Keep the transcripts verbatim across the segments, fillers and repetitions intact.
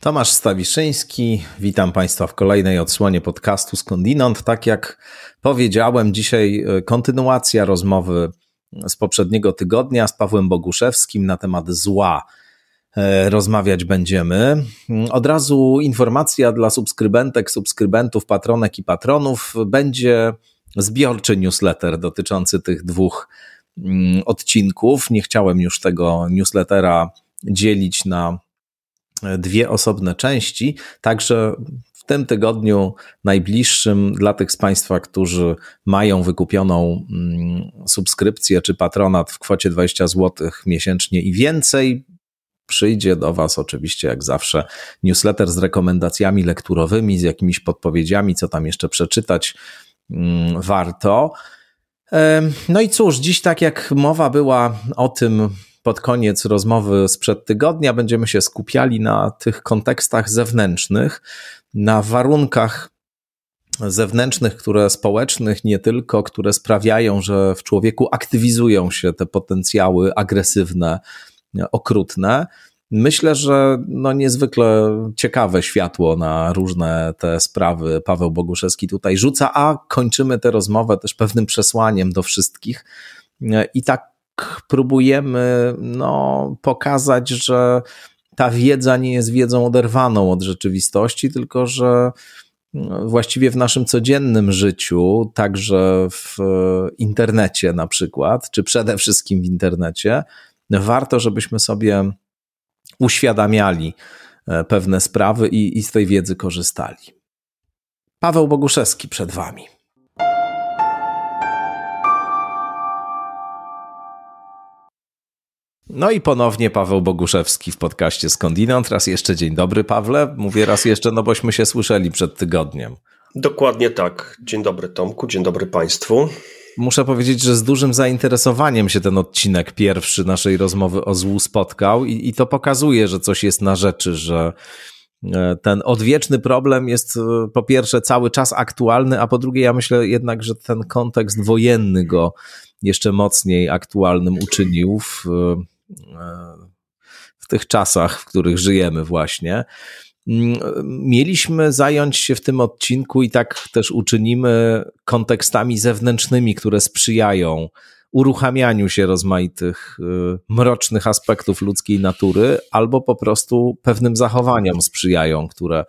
Tomasz Stawiszyński, witam Państwa w kolejnej odsłonie podcastu Skądinąd. Tak jak powiedziałem, dzisiaj kontynuacja rozmowy z poprzedniego tygodnia z Pawłem Boguszewskim na temat zła. Rozmawiać będziemy. Od razu informacja dla subskrybentek, subskrybentów, patronek i patronów. Będzie zbiorczy newsletter dotyczący tych dwóch odcinków. Nie chciałem już tego newslettera dzielić na dwie osobne części, także w tym tygodniu najbliższym dla tych z Państwa, którzy mają wykupioną subskrypcję czy patronat w kwocie dwadzieścia złotych miesięcznie i więcej, przyjdzie do Was oczywiście jak zawsze newsletter z rekomendacjami lekturowymi, z jakimiś podpowiedziami, co tam jeszcze przeczytać warto. No i cóż, dziś tak jak mowa była o tym pod koniec rozmowy sprzed tygodnia, będziemy się skupiali na tych kontekstach zewnętrznych, na warunkach zewnętrznych, które społecznych, nie tylko, które sprawiają, że w człowieku aktywizują się te potencjały agresywne, okrutne. Myślę, że no niezwykle ciekawe światło na różne te sprawy Paweł Boguszewski tutaj rzuca, a kończymy tę rozmowę też pewnym przesłaniem do wszystkich. I tak próbujemy no, pokazać, że ta wiedza nie jest wiedzą oderwaną od rzeczywistości, tylko że właściwie w naszym codziennym życiu, także w internecie na przykład, czy przede wszystkim w internecie, warto, żebyśmy sobie uświadamiali pewne sprawy i, i z tej wiedzy korzystali. Paweł Boguszewski przed Wami. No i ponownie Paweł Boguszewski w podcaście Skądinąd. Raz jeszcze dzień dobry, Pawle. Mówię raz jeszcze, no bośmy się słyszeli przed tygodniem. Dokładnie tak. Dzień dobry Tomku, dzień dobry Państwu. Muszę powiedzieć, że z dużym zainteresowaniem się ten odcinek pierwszy naszej rozmowy o złu spotkał i, i to pokazuje, że coś jest na rzeczy, że ten odwieczny problem jest po pierwsze cały czas aktualny, a po drugie ja myślę jednak, że ten kontekst wojenny go jeszcze mocniej aktualnym uczynił w, w tych czasach, w których żyjemy właśnie. Mieliśmy zająć się w tym odcinku i tak też uczynimy kontekstami zewnętrznymi, które sprzyjają uruchamianiu się rozmaitych mrocznych aspektów ludzkiej natury albo po prostu pewnym zachowaniom sprzyjają, które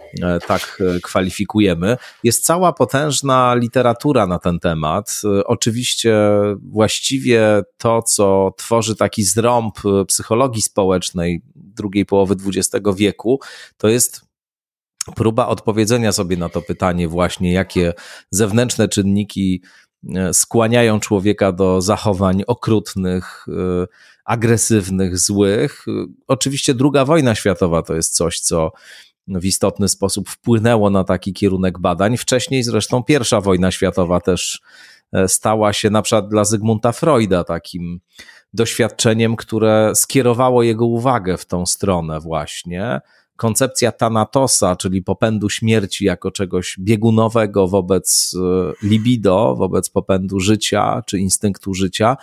tak kwalifikujemy. Jest cała potężna literatura na ten temat. Oczywiście właściwie to, co tworzy taki zrąb psychologii społecznej drugiej połowy dwudziestego wieku, to jest próba odpowiedzenia sobie na to pytanie właśnie, jakie zewnętrzne czynniki skłaniają człowieka do zachowań okrutnych, agresywnych, złych. Oczywiście druga wojna światowa to jest coś, co w istotny sposób wpłynęło na taki kierunek badań. Wcześniej zresztą pierwsza wojna światowa też stała się na przykład dla Zygmunta Freuda takim doświadczeniem, które skierowało jego uwagę w tą stronę właśnie. Koncepcja Thanatosa, czyli popędu śmierci jako czegoś biegunowego wobec libido, wobec popędu życia czy instynktu życia,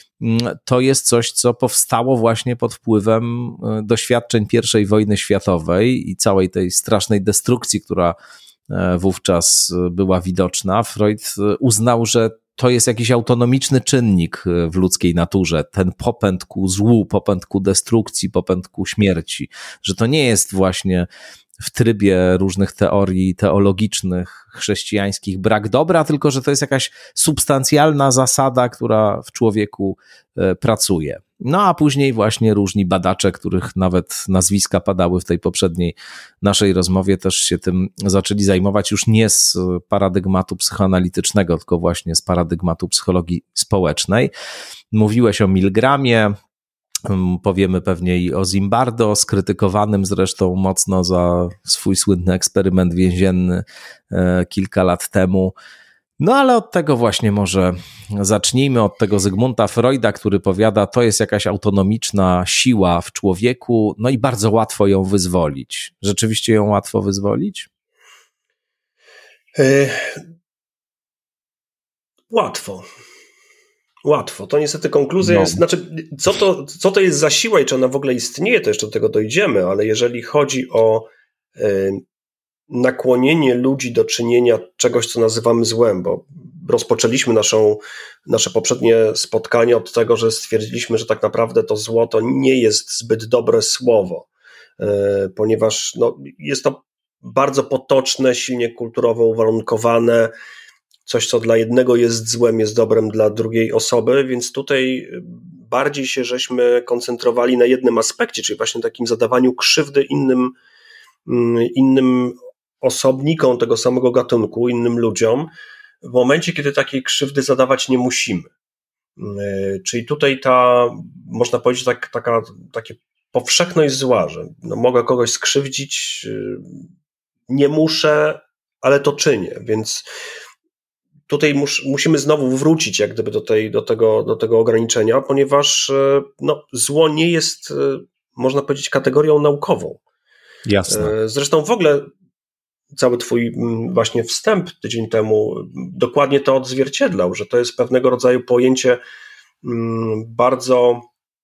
to jest coś, co powstało właśnie pod wpływem doświadczeń pierwszej wojny światowej i całej tej strasznej destrukcji, która wówczas była widoczna. Freud uznał, że to jest jakiś autonomiczny czynnik w ludzkiej naturze, ten popęd ku złu, popęd ku destrukcji, popęd ku śmierci, że to nie jest właśnie w trybie różnych teorii teologicznych, chrześcijańskich brak dobra, tylko że to jest jakaś substancjalna zasada, która w człowieku pracuje. No a później właśnie różni badacze, których nawet nazwiska padały w tej poprzedniej naszej rozmowie, też się tym zaczęli zajmować już nie z paradygmatu psychoanalitycznego, tylko właśnie z paradygmatu psychologii społecznej. Mówiłeś o Milgramie, powiemy pewnie i o Zimbardo, skrytykowanym zresztą mocno za swój słynny eksperyment więzienny kilka lat temu. No ale od tego właśnie może zacznijmy, od tego Zygmunta Freuda, który powiada, to jest jakaś autonomiczna siła w człowieku, no i bardzo łatwo ją wyzwolić. Rzeczywiście ją łatwo wyzwolić? Yy, łatwo. Łatwo. To niestety konkluzja no. jest, znaczy co to, co to jest za siła i czy ona w ogóle istnieje, to jeszcze do tego dojdziemy, ale jeżeli chodzi o y, nakłonienie ludzi do czynienia czegoś, co nazywamy złem, bo rozpoczęliśmy naszą, nasze poprzednie spotkanie od tego, że stwierdziliśmy, że tak naprawdę to zło to nie jest zbyt dobre słowo, y, ponieważ no, jest to bardzo potoczne, silnie kulturowo uwarunkowane, coś, co dla jednego jest złem, jest dobrem dla drugiej osoby, więc tutaj bardziej się żeśmy koncentrowali na jednym aspekcie, czyli właśnie takim zadawaniu krzywdy innym, innym osobnikom tego samego gatunku, innym ludziom, w momencie, kiedy takiej krzywdy zadawać nie musimy. Czyli tutaj ta, można powiedzieć, tak, taka, takie powszechność zła, że no mogę kogoś skrzywdzić, nie muszę, ale to czynię, więc tutaj mus, musimy znowu wrócić jak gdyby do, tej, do, tego, do tego ograniczenia, ponieważ no, zło nie jest, można powiedzieć, kategorią naukową. Jasne. Zresztą w ogóle cały twój właśnie wstęp tydzień temu dokładnie to odzwierciedlał, że to jest pewnego rodzaju pojęcie bardzo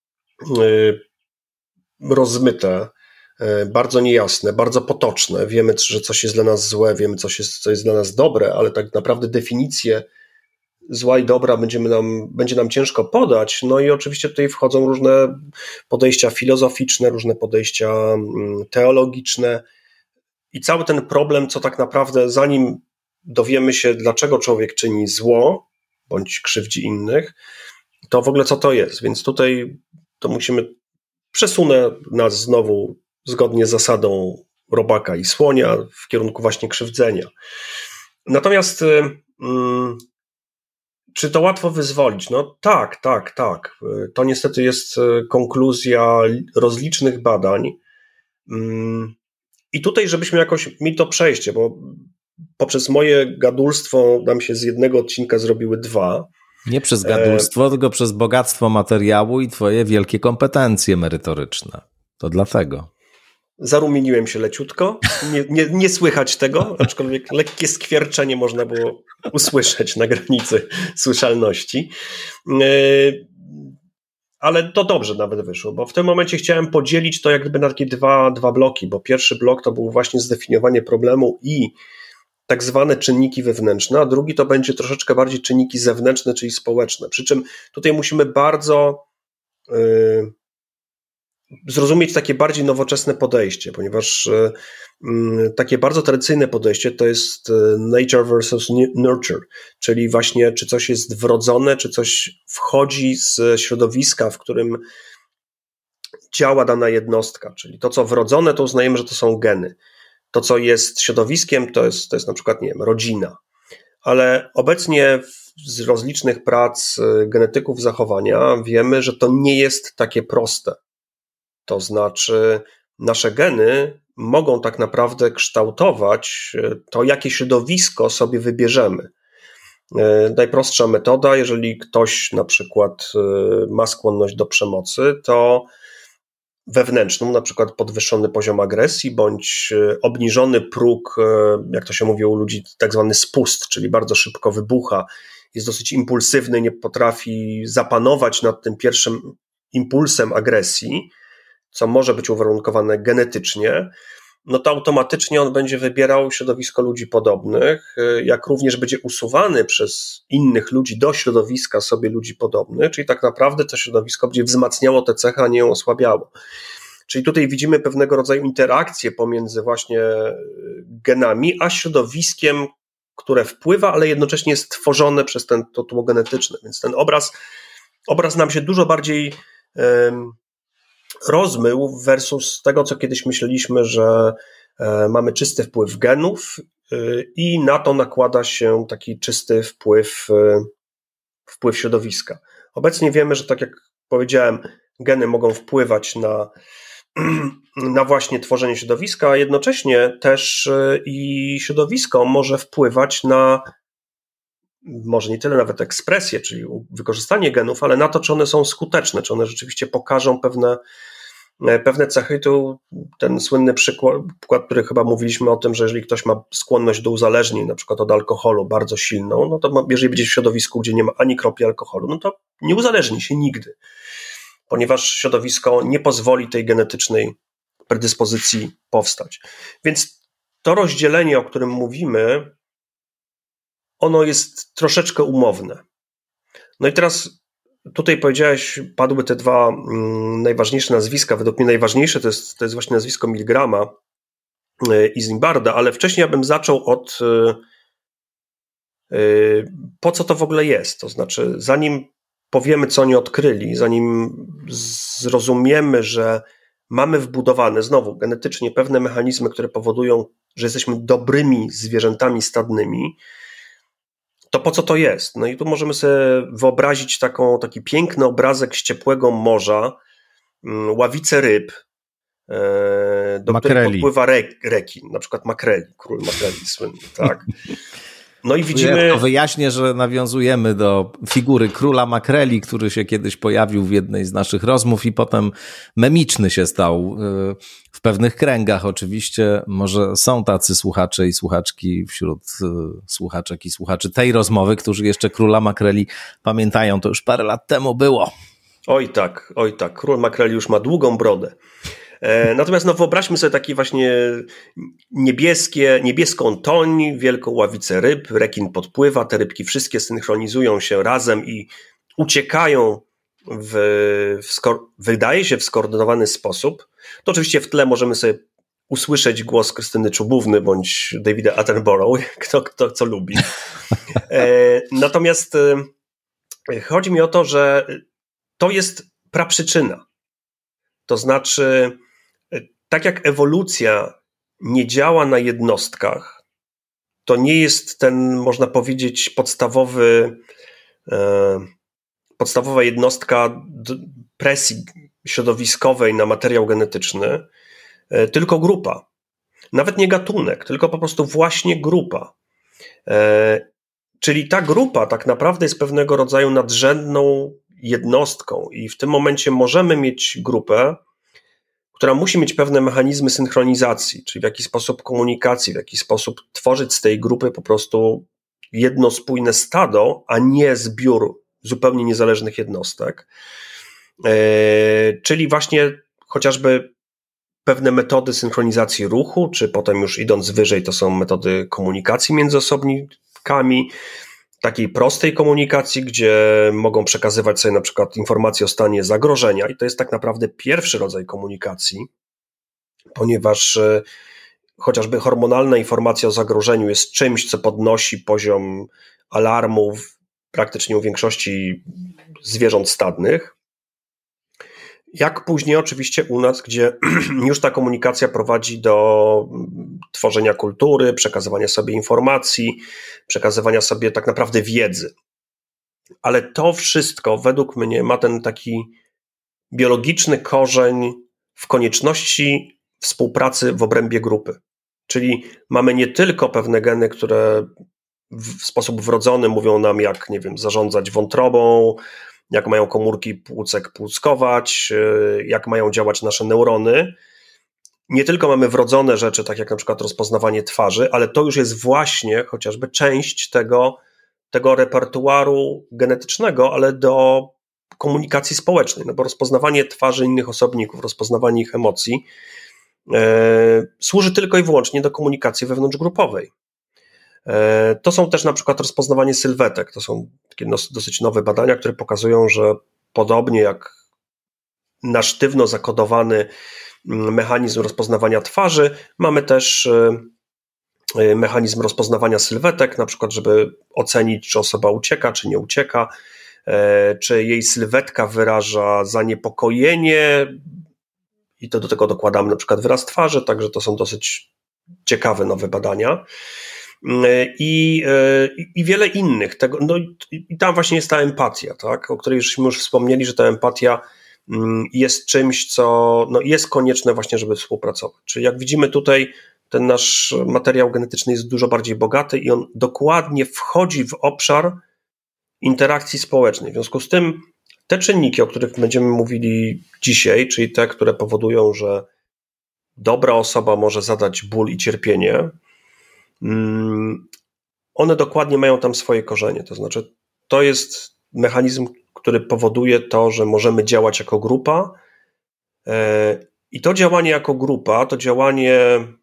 rozmyte, bardzo niejasne, bardzo potoczne. Wiemy, że coś jest dla nas złe, wiemy, coś jest, co jest dla nas dobre, ale tak naprawdę definicje zła i dobra będziemy nam, będzie nam ciężko podać. No i oczywiście tutaj wchodzą różne podejścia filozoficzne, różne podejścia teologiczne i cały ten problem, co tak naprawdę zanim dowiemy się, dlaczego człowiek czyni zło, bądź krzywdzi innych, to w ogóle co to jest. Więc tutaj to musimy, przesunę nas znowu zgodnie z zasadą robaka i słonia w kierunku właśnie krzywdzenia. Natomiast hmm, czy to łatwo wyzwolić? No tak, tak, tak. To niestety jest konkluzja rozlicznych badań. Hmm, I tutaj, żebyśmy jakoś mieli to przejście, bo poprzez moje gadulstwo nam się z jednego odcinka zrobiły dwa. Nie przez gadulstwo, e... tylko przez bogactwo materiału i twoje wielkie kompetencje merytoryczne. To dlatego. Zarumieniłem się leciutko. Nie, nie, nie słychać tego, aczkolwiek lekkie skwierczenie można było usłyszeć na granicy słyszalności. E... Ale to dobrze nawet wyszło, bo w tym momencie chciałem podzielić to jak gdyby na takie dwa, dwa bloki, bo pierwszy blok to był właśnie zdefiniowanie problemu i tak zwane czynniki wewnętrzne, a drugi to będzie troszeczkę bardziej czynniki zewnętrzne, czyli społeczne. Przy czym tutaj musimy bardzo yy, zrozumieć takie bardziej nowoczesne podejście, ponieważ yy, takie bardzo tradycyjne podejście to jest nature versus nurture, czyli właśnie czy coś jest wrodzone, czy coś wchodzi z środowiska, w którym działa dana jednostka, czyli to co wrodzone to uznajemy, że to są geny. To, co jest środowiskiem, to jest, to jest na przykład, nie wiem, rodzina. Ale obecnie z rozlicznych prac genetyków zachowania wiemy, że to nie jest takie proste. To znaczy, nasze geny mogą tak naprawdę kształtować to, jakie środowisko sobie wybierzemy. Najprostsza metoda, jeżeli ktoś na przykład ma skłonność do przemocy, to wewnętrzną, na przykład podwyższony poziom agresji, bądź obniżony próg, jak to się mówi u ludzi, tak zwany spust, czyli bardzo szybko wybucha, jest dosyć impulsywny, nie potrafi zapanować nad tym pierwszym impulsem agresji, co może być uwarunkowane genetycznie, no to automatycznie on będzie wybierał środowisko ludzi podobnych, jak również będzie usuwany przez innych ludzi do środowiska sobie ludzi podobnych, czyli tak naprawdę to środowisko będzie wzmacniało tę cechę, a nie ją osłabiało. Czyli tutaj widzimy pewnego rodzaju interakcję pomiędzy właśnie genami, a środowiskiem, które wpływa, ale jednocześnie jest tworzone przez ten, to tło genetyczne. Więc ten obraz, obraz nam się dużo bardziej um, rozmył versus tego, co kiedyś myśleliśmy, że e, mamy czysty wpływ genów e, i na to nakłada się taki czysty wpływ, e, wpływ środowiska. Obecnie wiemy, że tak jak powiedziałem, geny mogą wpływać na, na właśnie tworzenie środowiska, a jednocześnie też e, i środowisko może wpływać na może nie tyle nawet ekspresję, czyli wykorzystanie genów, ale na to, czy one są skuteczne, czy one rzeczywiście pokażą pewne, pewne cechy, tu ten słynny przykład, który chyba mówiliśmy o tym, że jeżeli ktoś ma skłonność do uzależnień, na przykład od alkoholu bardzo silną, no to jeżeli będzie w środowisku, gdzie nie ma ani kropli alkoholu, no to nie uzależni się nigdy, ponieważ środowisko nie pozwoli tej genetycznej predyspozycji powstać. Więc to rozdzielenie, o którym mówimy, ono jest troszeczkę umowne. No i teraz tutaj powiedziałeś, padły te dwa mm, najważniejsze nazwiska. Według mnie najważniejsze to jest, to jest właśnie nazwisko Milgrama y, i Zimbarda, ale wcześniej ja bym zaczął od y, y, po co to w ogóle jest. To znaczy, zanim powiemy, co oni odkryli, zanim zrozumiemy, że mamy wbudowane znowu genetycznie pewne mechanizmy, które powodują, że jesteśmy dobrymi zwierzętami stadnymi, to po co to jest? No i tu możemy sobie wyobrazić taką, taki piękny obrazek z ciepłego morza, ławice ryb, do makreli. których podpływa re, rekin, na przykład makreli, król makreli słynny, tak? No i widzimy... Ja to wyjaśnię, że nawiązujemy do figury króla makreli, który się kiedyś pojawił w jednej z naszych rozmów i potem memiczny się stał w pewnych kręgach. Oczywiście może są tacy słuchacze i słuchaczki wśród słuchaczek i słuchaczy tej rozmowy, którzy jeszcze króla makreli pamiętają. To już parę lat temu było. Oj tak, oj tak. Król makreli już ma długą brodę. Natomiast no wyobraźmy sobie takie właśnie niebieskie, niebieską toń, wielką ławicę ryb, rekin podpływa, te rybki wszystkie synchronizują się razem i uciekają w, w skor- wydaje się w skoordynowany sposób. To oczywiście w tle możemy sobie usłyszeć głos Krystyny Czubówny bądź Davida Attenborough, kto, kto co lubi. Natomiast chodzi mi o to, że to jest praprzyczyna. To znaczy, tak jak ewolucja nie działa na jednostkach, to nie jest ten, można powiedzieć, podstawowy, e, podstawowa jednostka presji środowiskowej na materiał genetyczny, e, tylko grupa. Nawet nie gatunek, tylko po prostu właśnie grupa. E, czyli ta grupa tak naprawdę jest pewnego rodzaju nadrzędną jednostką i w tym momencie możemy mieć grupę, która musi mieć pewne mechanizmy synchronizacji, czyli w jaki sposób komunikacji, w jaki sposób tworzyć z tej grupy po prostu jedno spójne stado, a nie zbiór zupełnie niezależnych jednostek. Yy, czyli właśnie chociażby pewne metody synchronizacji ruchu, czy potem już idąc wyżej, to są metody komunikacji między osobnikami, takiej prostej komunikacji, gdzie mogą przekazywać sobie na przykład informacje o stanie zagrożenia i to jest tak naprawdę pierwszy rodzaj komunikacji, ponieważ chociażby hormonalna informacja o zagrożeniu jest czymś, co podnosi poziom alarmu praktycznie u większości zwierząt stadnych. Jak później oczywiście u nas, gdzie już ta komunikacja prowadzi do tworzenia kultury, przekazywania sobie informacji, przekazywania sobie tak naprawdę wiedzy. Ale to wszystko według mnie ma ten taki biologiczny korzeń w konieczności współpracy w obrębie grupy. Czyli mamy nie tylko pewne geny, które w sposób wrodzony mówią nam, jak, nie wiem, zarządzać wątrobą, jak mają komórki płucek płuckować, jak mają działać nasze neurony. Nie tylko mamy wrodzone rzeczy, tak jak na przykład rozpoznawanie twarzy, ale to już jest właśnie chociażby część tego, tego repertuaru genetycznego, ale do komunikacji społecznej, no bo rozpoznawanie twarzy innych osobników, rozpoznawanie ich emocji yy, służy tylko i wyłącznie do komunikacji wewnątrzgrupowej. To są też na przykład rozpoznawanie sylwetek. To są takie dosyć nowe badania, które pokazują, że podobnie jak na sztywno zakodowany mechanizm rozpoznawania twarzy, mamy też mechanizm rozpoznawania sylwetek, na przykład żeby ocenić, czy osoba ucieka, czy nie ucieka, czy jej sylwetka wyraża zaniepokojenie i to do tego dokładamy na przykład wyraz twarzy, także to są dosyć ciekawe nowe badania. I, i wiele innych. Tego, no i tam właśnie jest ta empatia, tak, o której żeśmy już wspomnieli, że ta empatia jest czymś, co no jest konieczne właśnie, żeby współpracować. Czyli jak widzimy tutaj, ten nasz materiał genetyczny jest dużo bardziej bogaty i on dokładnie wchodzi w obszar interakcji społecznej. W związku z tym te czynniki, o których będziemy mówili dzisiaj, czyli te, które powodują, że dobra osoba może zadać ból i cierpienie, one dokładnie mają tam swoje korzenie. To znaczy, to jest mechanizm, który powoduje to, że możemy działać jako grupa i to działanie jako grupa, to działanie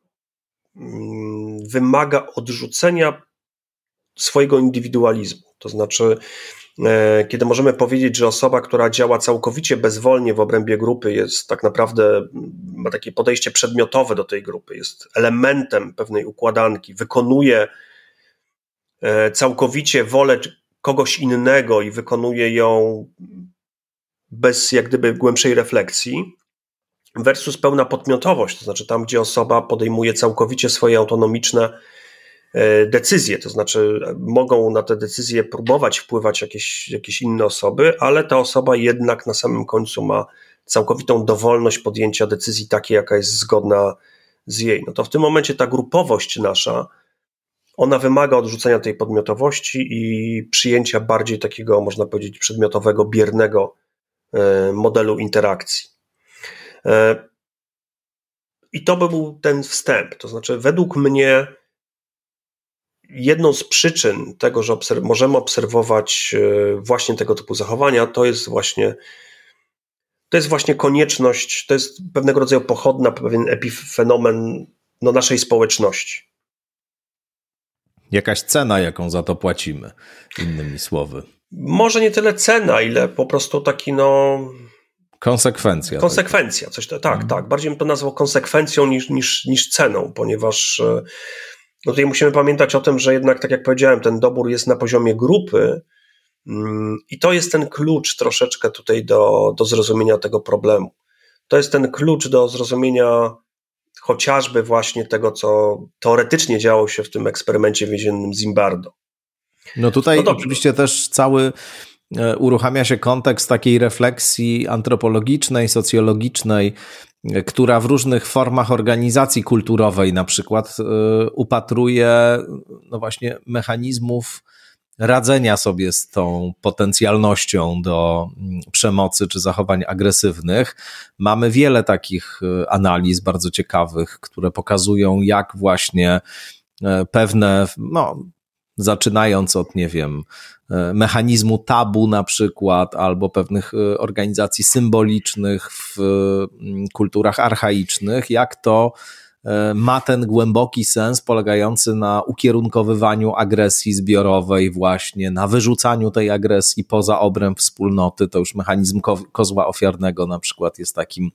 wymaga odrzucenia swojego indywidualizmu. To znaczy, kiedy możemy powiedzieć, że osoba, która działa całkowicie bezwolnie w obrębie grupy, jest tak naprawdę, ma takie podejście przedmiotowe do tej grupy, jest elementem pewnej układanki, wykonuje całkowicie wolę kogoś innego i wykonuje ją bez jak gdyby głębszej refleksji, versus pełna podmiotowość, to znaczy tam, gdzie osoba podejmuje całkowicie swoje autonomiczne decyzje, to znaczy mogą na te decyzje próbować wpływać jakieś, jakieś inne osoby, ale ta osoba jednak na samym końcu ma całkowitą dowolność podjęcia decyzji takiej, jaka jest zgodna z jej. No to w tym momencie ta grupowość nasza, ona wymaga odrzucenia tej podmiotowości i przyjęcia bardziej takiego, można powiedzieć, przedmiotowego, biernego modelu interakcji. I to by był ten wstęp, to znaczy według mnie jedną z przyczyn tego, że obserw- możemy obserwować właśnie tego typu zachowania, to jest właśnie to jest właśnie konieczność, to jest pewnego rodzaju pochodna, pewien epifenomen no, naszej społeczności. Jakaś cena, jaką za to płacimy, innymi słowy. Może nie tyle cena, ile po prostu taki no... Konsekwencja. Konsekwencja, coś tak, tak, tak. Bardziej bym to nazwał konsekwencją niż, niż, niż ceną, ponieważ no tutaj musimy pamiętać o tym, że jednak, tak jak powiedziałem, ten dobór jest na poziomie grupy i to jest ten klucz troszeczkę tutaj do, do zrozumienia tego problemu. To jest ten klucz do zrozumienia chociażby właśnie tego, co teoretycznie działo się w tym eksperymencie więziennym Zimbardo. No tutaj no oczywiście też cały uruchamia się kontekst takiej refleksji antropologicznej, socjologicznej, która w różnych formach organizacji kulturowej na przykład upatruje no właśnie mechanizmów radzenia sobie z tą potencjalnością do przemocy czy zachowań agresywnych. Mamy wiele takich analiz bardzo ciekawych, które pokazują, jak właśnie pewne, no, zaczynając od, nie wiem, mechanizmu tabu na przykład, albo pewnych organizacji symbolicznych w kulturach archaicznych, jak to ma ten głęboki sens polegający na ukierunkowywaniu agresji zbiorowej właśnie, na wyrzucaniu tej agresji poza obręb wspólnoty. To już mechanizm ko- kozła ofiarnego na przykład jest takim,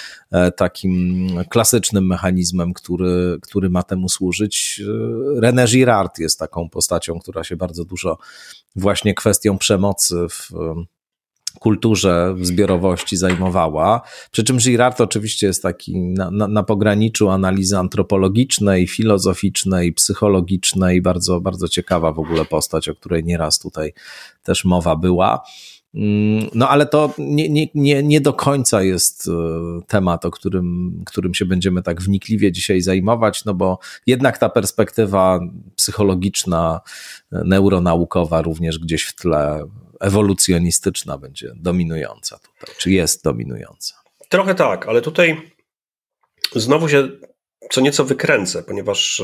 takim klasycznym mechanizmem, który, który ma temu służyć. René Girard jest taką postacią, która się bardzo dużo właśnie kwestią przemocy w kulturze, w zbiorowości zajmowała. Przy czym Girard oczywiście jest taki na, na, na pograniczu analizy antropologicznej, filozoficznej, psychologicznej, bardzo, bardzo ciekawa w ogóle postać, o której nieraz tutaj też mowa była. No ale to nie, nie, nie, nie do końca jest temat, o którym, którym się będziemy tak wnikliwie dzisiaj zajmować, no bo jednak ta perspektywa psychologiczna, neuronaukowa również gdzieś w tle, ewolucjonistyczna będzie dominująca tutaj, czy jest dominująca? Trochę tak, ale tutaj znowu się co nieco wykręcę, ponieważ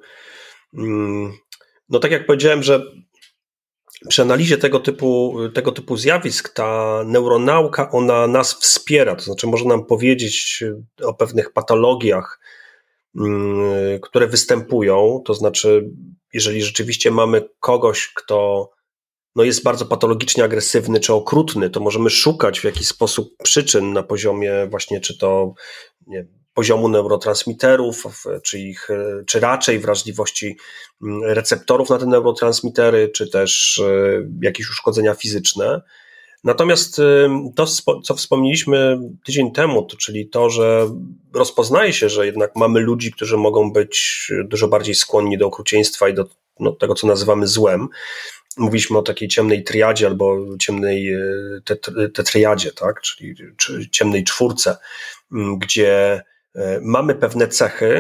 no tak jak powiedziałem, że przy analizie tego typu, tego typu zjawisk ta neuronauka, ona nas wspiera, to znaczy może nam powiedzieć o pewnych patologiach, które występują, to znaczy jeżeli rzeczywiście mamy kogoś, kto no jest bardzo patologicznie agresywny czy okrutny, to możemy szukać w jakiś sposób przyczyn na poziomie właśnie czy to nie, poziomu neurotransmiterów, czy, ich, czy raczej wrażliwości receptorów na te neurotransmitery, czy też jakieś uszkodzenia fizyczne. Natomiast to, co wspomnieliśmy tydzień temu, to czyli to, że rozpoznaje się, że jednak mamy ludzi, którzy mogą być dużo bardziej skłonni do okrucieństwa i do no, tego, co nazywamy złem. Mówiliśmy o takiej ciemnej triadzie albo ciemnej tetriadzie, tak? Czyli czy ciemnej czwórce, gdzie mamy pewne cechy,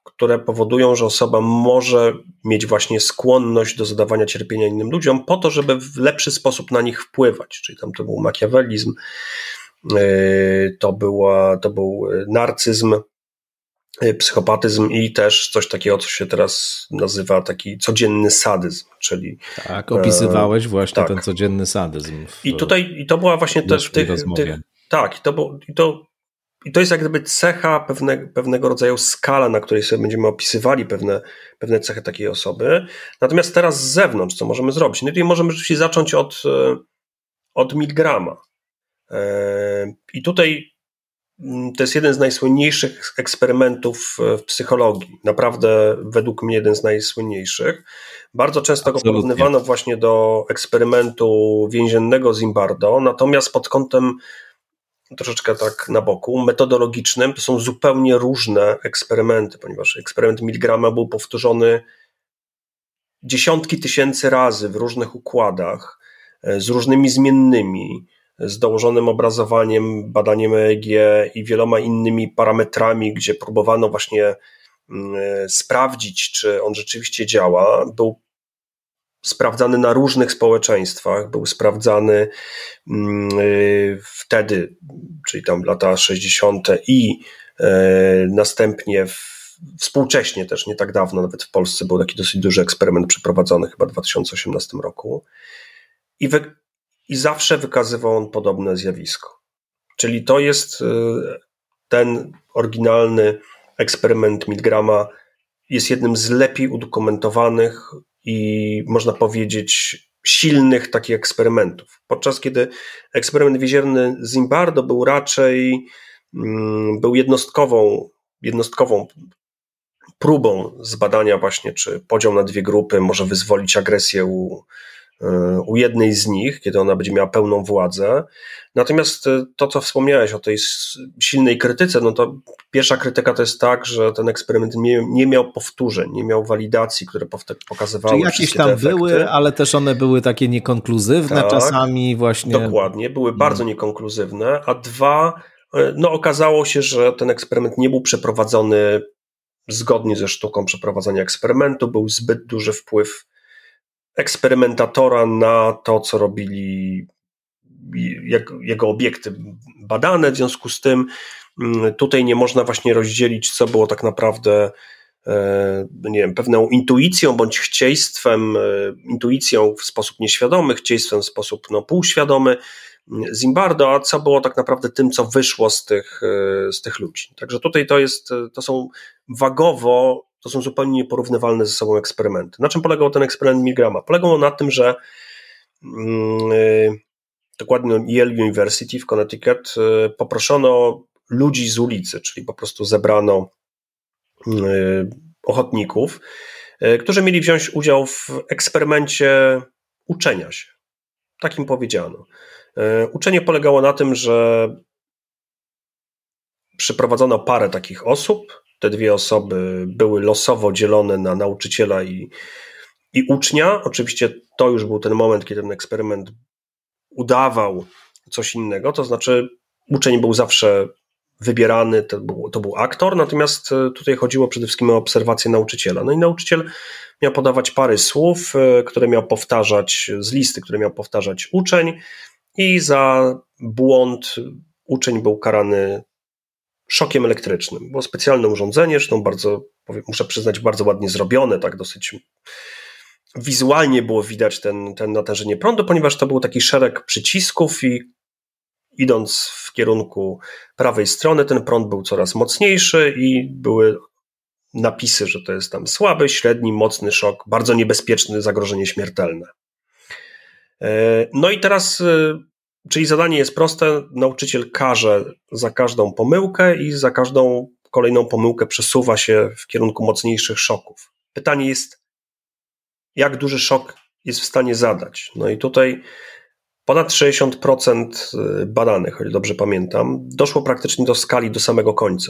które powodują, że osoba może mieć właśnie skłonność do zadawania cierpienia innym ludziom po to, żeby w lepszy sposób na nich wpływać. Czyli tam to był makiawelizm, to, była, to był narcyzm, psychopatyzm i też coś takiego, co się teraz nazywa taki codzienny sadyzm, czyli... Tak, opisywałeś właśnie tak. ten codzienny sadyzm. W, I tutaj i to była właśnie te, w tych, tych... Tak, i to, było, i, to, i to jest jak gdyby cecha pewne, pewnego rodzaju skala, na której sobie będziemy opisywali pewne, pewne cechy takiej osoby. Natomiast teraz z zewnątrz, co możemy zrobić? No i tutaj możemy rzeczywiście zacząć od, od Milgrama. I tutaj to jest jeden z najsłynniejszych eksperymentów w psychologii. Naprawdę według mnie jeden z najsłynniejszych. Bardzo często Absolutnie. go porównywano właśnie do eksperymentu więziennego Zimbardo, natomiast pod kątem troszeczkę tak na boku, metodologicznym, to są zupełnie różne eksperymenty, ponieważ eksperyment Milgrama był powtórzony dziesiątki tysięcy razy w różnych układach, z różnymi zmiennymi, z dołożonym obrazowaniem, badaniem E E G i wieloma innymi parametrami, gdzie próbowano właśnie sprawdzić, czy on rzeczywiście działa. Był sprawdzany na różnych społeczeństwach, był sprawdzany wtedy, czyli tam lata sześćdziesiąte i następnie w, współcześnie też, nie tak dawno, nawet w Polsce był taki dosyć duży eksperyment przeprowadzony chyba w dwa tysiące osiemnastym roku i, wy, i zawsze wykazywał on podobne zjawisko. Czyli to jest ten oryginalny eksperyment Milgrama, jest jednym z lepiej udokumentowanych i można powiedzieć silnych takich eksperymentów. Podczas kiedy eksperyment więzienny Zimbardo był raczej był jednostkową, jednostkową próbą zbadania właśnie, czy podział na dwie grupy może wyzwolić agresję u, u jednej z nich, kiedy ona będzie miała pełną władzę. Natomiast to, co wspomniałeś o tej silnej krytyce, no to pierwsza krytyka to jest tak, że ten eksperyment nie, nie miał powtórzeń, nie miał walidacji, które pokazywały Czyli jakieś tam były, ale też one były takie niekonkluzywne tak, czasami właśnie. Dokładnie, były bardzo niekonkluzywne, a dwa, no okazało się, że ten eksperyment nie był przeprowadzony zgodnie ze sztuką przeprowadzania eksperymentu, był zbyt duży wpływ eksperymentatora na to, co robili jak, jego obiekty badane, w związku z tym tutaj nie można właśnie rozdzielić, co było tak naprawdę nie wiem, pewną intuicją bądź chcieństwem, intuicją w sposób nieświadomy, chcieństwem w sposób no, półświadomy Zimbardo, a co było tak naprawdę tym, co wyszło z tych, z tych ludzi. Także tutaj to jest, to są wagowo, to są zupełnie nieporównywalne ze sobą eksperymenty. Na czym polegał ten eksperyment Milgrama? Polegał on na tym, że yy, dokładnie Yale University w Connecticut yy, poproszono ludzi z ulicy, czyli po prostu zebrano yy, ochotników, yy, którzy mieli wziąć udział w eksperymencie uczenia się. Tak im powiedziano. Yy, uczenie polegało na tym, że przyprowadzono parę takich osób. Te dwie osoby były losowo dzielone na nauczyciela i, i ucznia. Oczywiście to już był ten moment, kiedy ten eksperyment udawał coś innego, to znaczy uczeń był zawsze wybierany, to był, to był aktor, natomiast tutaj chodziło przede wszystkim o obserwację nauczyciela. No i nauczyciel miał podawać pary słów, które miał powtarzać z listy, które miał powtarzać uczeń i za błąd uczeń był karany szokiem elektrycznym. Było specjalne urządzenie, zresztą bardzo, muszę przyznać, bardzo ładnie zrobione, tak dosyć wizualnie było widać ten, ten natężenie prądu, ponieważ to był taki szereg przycisków i idąc w kierunku prawej strony, ten prąd był coraz mocniejszy i były napisy, że to jest tam słaby, średni, mocny szok, bardzo niebezpieczny, zagrożenie śmiertelne. No i teraz, czyli zadanie jest proste, nauczyciel karze za każdą pomyłkę i za każdą kolejną pomyłkę przesuwa się w kierunku mocniejszych szoków. Pytanie jest, jak duży szok jest w stanie zadać? No i tutaj ponad sześćdziesiąt procent badanych, o ile dobrze pamiętam, doszło praktycznie do skali do samego końca.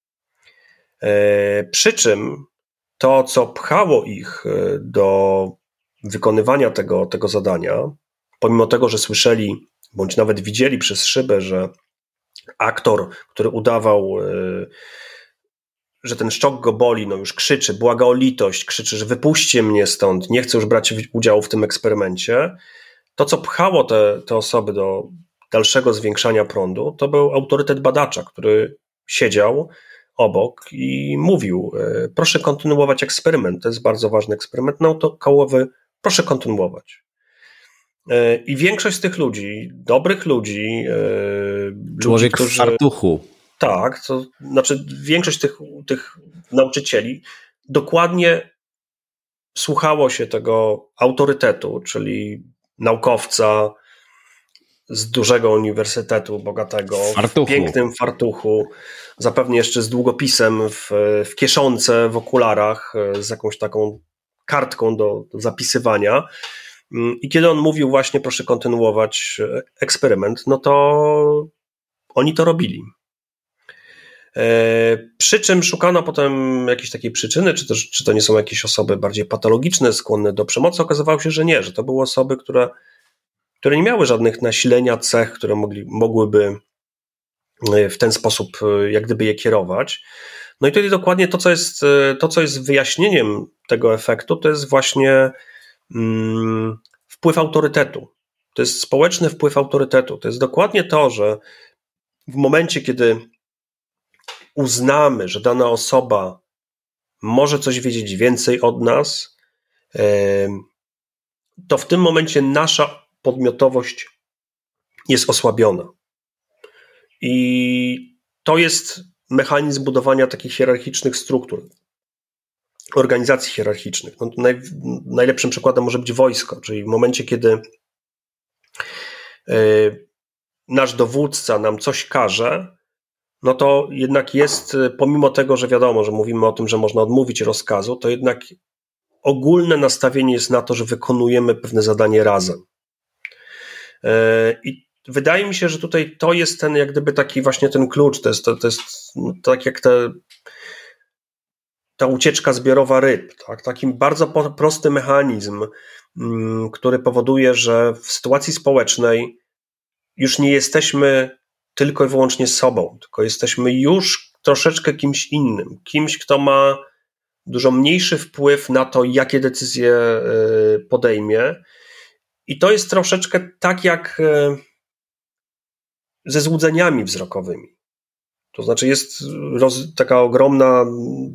Przy czym to, co pchało ich do wykonywania tego, tego zadania, pomimo tego, że słyszeli, bądź nawet widzieli przez szybę, że aktor, który udawał że ten szczok go boli, no już krzyczy, błaga o litość, krzyczy, że wypuśćcie mnie stąd, nie chcę już brać udziału w tym eksperymencie. To, co pchało te, te osoby do dalszego zwiększania prądu, to był autorytet badacza, który siedział obok i mówił, proszę kontynuować eksperyment, to jest bardzo ważny eksperyment naukowy, proszę kontynuować. I większość z tych ludzi, dobrych ludzi, człowiek ludzi, w fartuchu. Tak, to znaczy większość tych, tych nauczycieli dokładnie słuchało się tego autorytetu, czyli naukowca z dużego uniwersytetu, bogatego, fartuchu. w pięknym fartuchu, zapewne jeszcze z długopisem w, w kieszonce, w okularach, z jakąś taką kartką do, do zapisywania. I kiedy on mówił właśnie, proszę kontynuować eksperyment, no to oni to robili. Przy czym szukano potem jakiejś takiej przyczyny, czy, też, czy to nie są jakieś osoby bardziej patologiczne, skłonne do przemocy. Okazywało się, że nie, że to były osoby, które, które nie miały żadnych nasilenia cech, które mogli, mogłyby w ten sposób jak gdyby je kierować. No i tutaj dokładnie to, co jest, to, co jest wyjaśnieniem tego efektu, to jest właśnie hmm, wpływ autorytetu. To jest społeczny wpływ autorytetu. To jest dokładnie to, że w momencie, kiedy uznamy, że dana osoba może coś wiedzieć więcej od nas, to w tym momencie nasza podmiotowość jest osłabiona. I to jest mechanizm budowania takich hierarchicznych struktur, organizacji hierarchicznych. No, naj, najlepszym przykładem może być wojsko, czyli w momencie, kiedy nasz dowódca nam coś każe, no to jednak jest, pomimo tego, że wiadomo, że mówimy o tym, że można odmówić rozkazu, to jednak ogólne nastawienie jest na to, że wykonujemy pewne zadanie razem. I wydaje mi się, że tutaj to jest ten, jak gdyby taki właśnie ten klucz, to jest, to, to jest tak jak te, ta ucieczka zbiorowa ryb, tak? Taki bardzo prosty mechanizm, który powoduje, że w sytuacji społecznej już nie jesteśmy tylko i wyłącznie sobą, tylko jesteśmy już troszeczkę kimś innym, kimś, kto ma dużo mniejszy wpływ na to, jakie decyzje podejmie. I to jest troszeczkę tak jak ze złudzeniami wzrokowymi. To znaczy jest roz, taka ogromna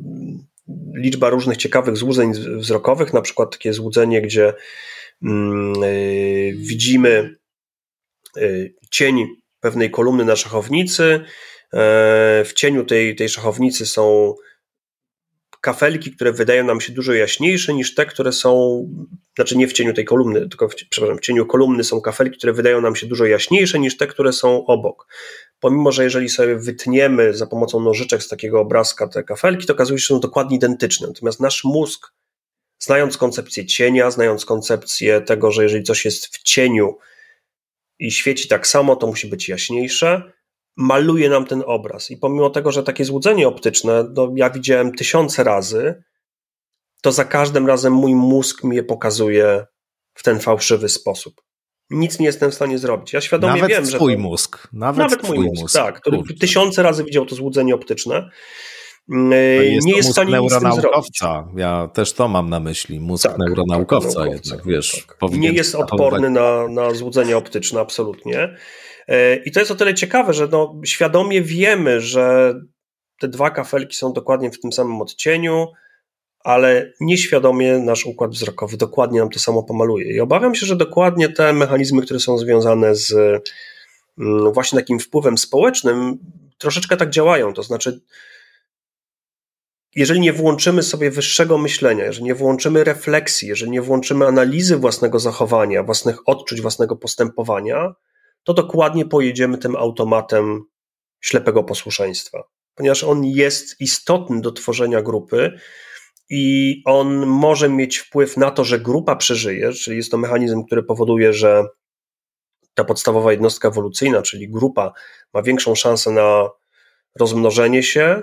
liczba różnych ciekawych złudzeń wzrokowych, na przykład takie złudzenie, gdzie yy, widzimy yy, cień pewnej kolumny na szachownicy. W cieniu tej, tej szachownicy są kafelki, które wydają nam się dużo jaśniejsze niż te, które są, znaczy nie w cieniu tej kolumny, tylko w, przepraszam, w cieniu kolumny są kafelki, które wydają nam się dużo jaśniejsze niż te, które są obok. Pomimo, że jeżeli sobie wytniemy za pomocą nożyczek z takiego obrazka te kafelki, to okazuje się, że są dokładnie identyczne. Natomiast nasz mózg, znając koncepcję cienia, znając koncepcję tego, że jeżeli coś jest w cieniu i świeci tak samo, to musi być jaśniejsze, maluje nam ten obraz. I pomimo tego, że takie złudzenie optyczne, no ja widziałem tysiące razy, to za każdym razem mój mózg mi je pokazuje w ten fałszywy sposób. Nic nie jestem w stanie zrobić. Ja świadomie nawet wiem, że twój to, mózg. Nawet, nawet twój mój mózg, mózg, tak, który kurczę. tysiące razy widział to złudzenie optyczne. Jest nie to jest w mózg stanie nic z tym zrobić. neuronaukowca. Ja też to mam na myśli. Mózg Tak, neuronaukowca tak, jednak, naukowca, wiesz. tak. Nie jest odporny na, na złudzenia optyczne, absolutnie. I to jest o tyle ciekawe, że no, świadomie wiemy, że te dwa kafelki są dokładnie w tym samym odcieniu, ale nieświadomie nasz układ wzrokowy dokładnie nam to samo pomaluje. I obawiam się, że dokładnie te mechanizmy, które są związane z właśnie takim wpływem społecznym, troszeczkę tak działają. To znaczy, jeżeli nie włączymy sobie wyższego myślenia, jeżeli nie włączymy refleksji, jeżeli nie włączymy analizy własnego zachowania, własnych odczuć, własnego postępowania, to dokładnie pojedziemy tym automatem ślepego posłuszeństwa. Ponieważ on jest istotny do tworzenia grupy i on może mieć wpływ na to, że grupa przeżyje, czyli jest to mechanizm, który powoduje, że ta podstawowa jednostka ewolucyjna, czyli grupa, ma większą szansę na rozmnożenie się,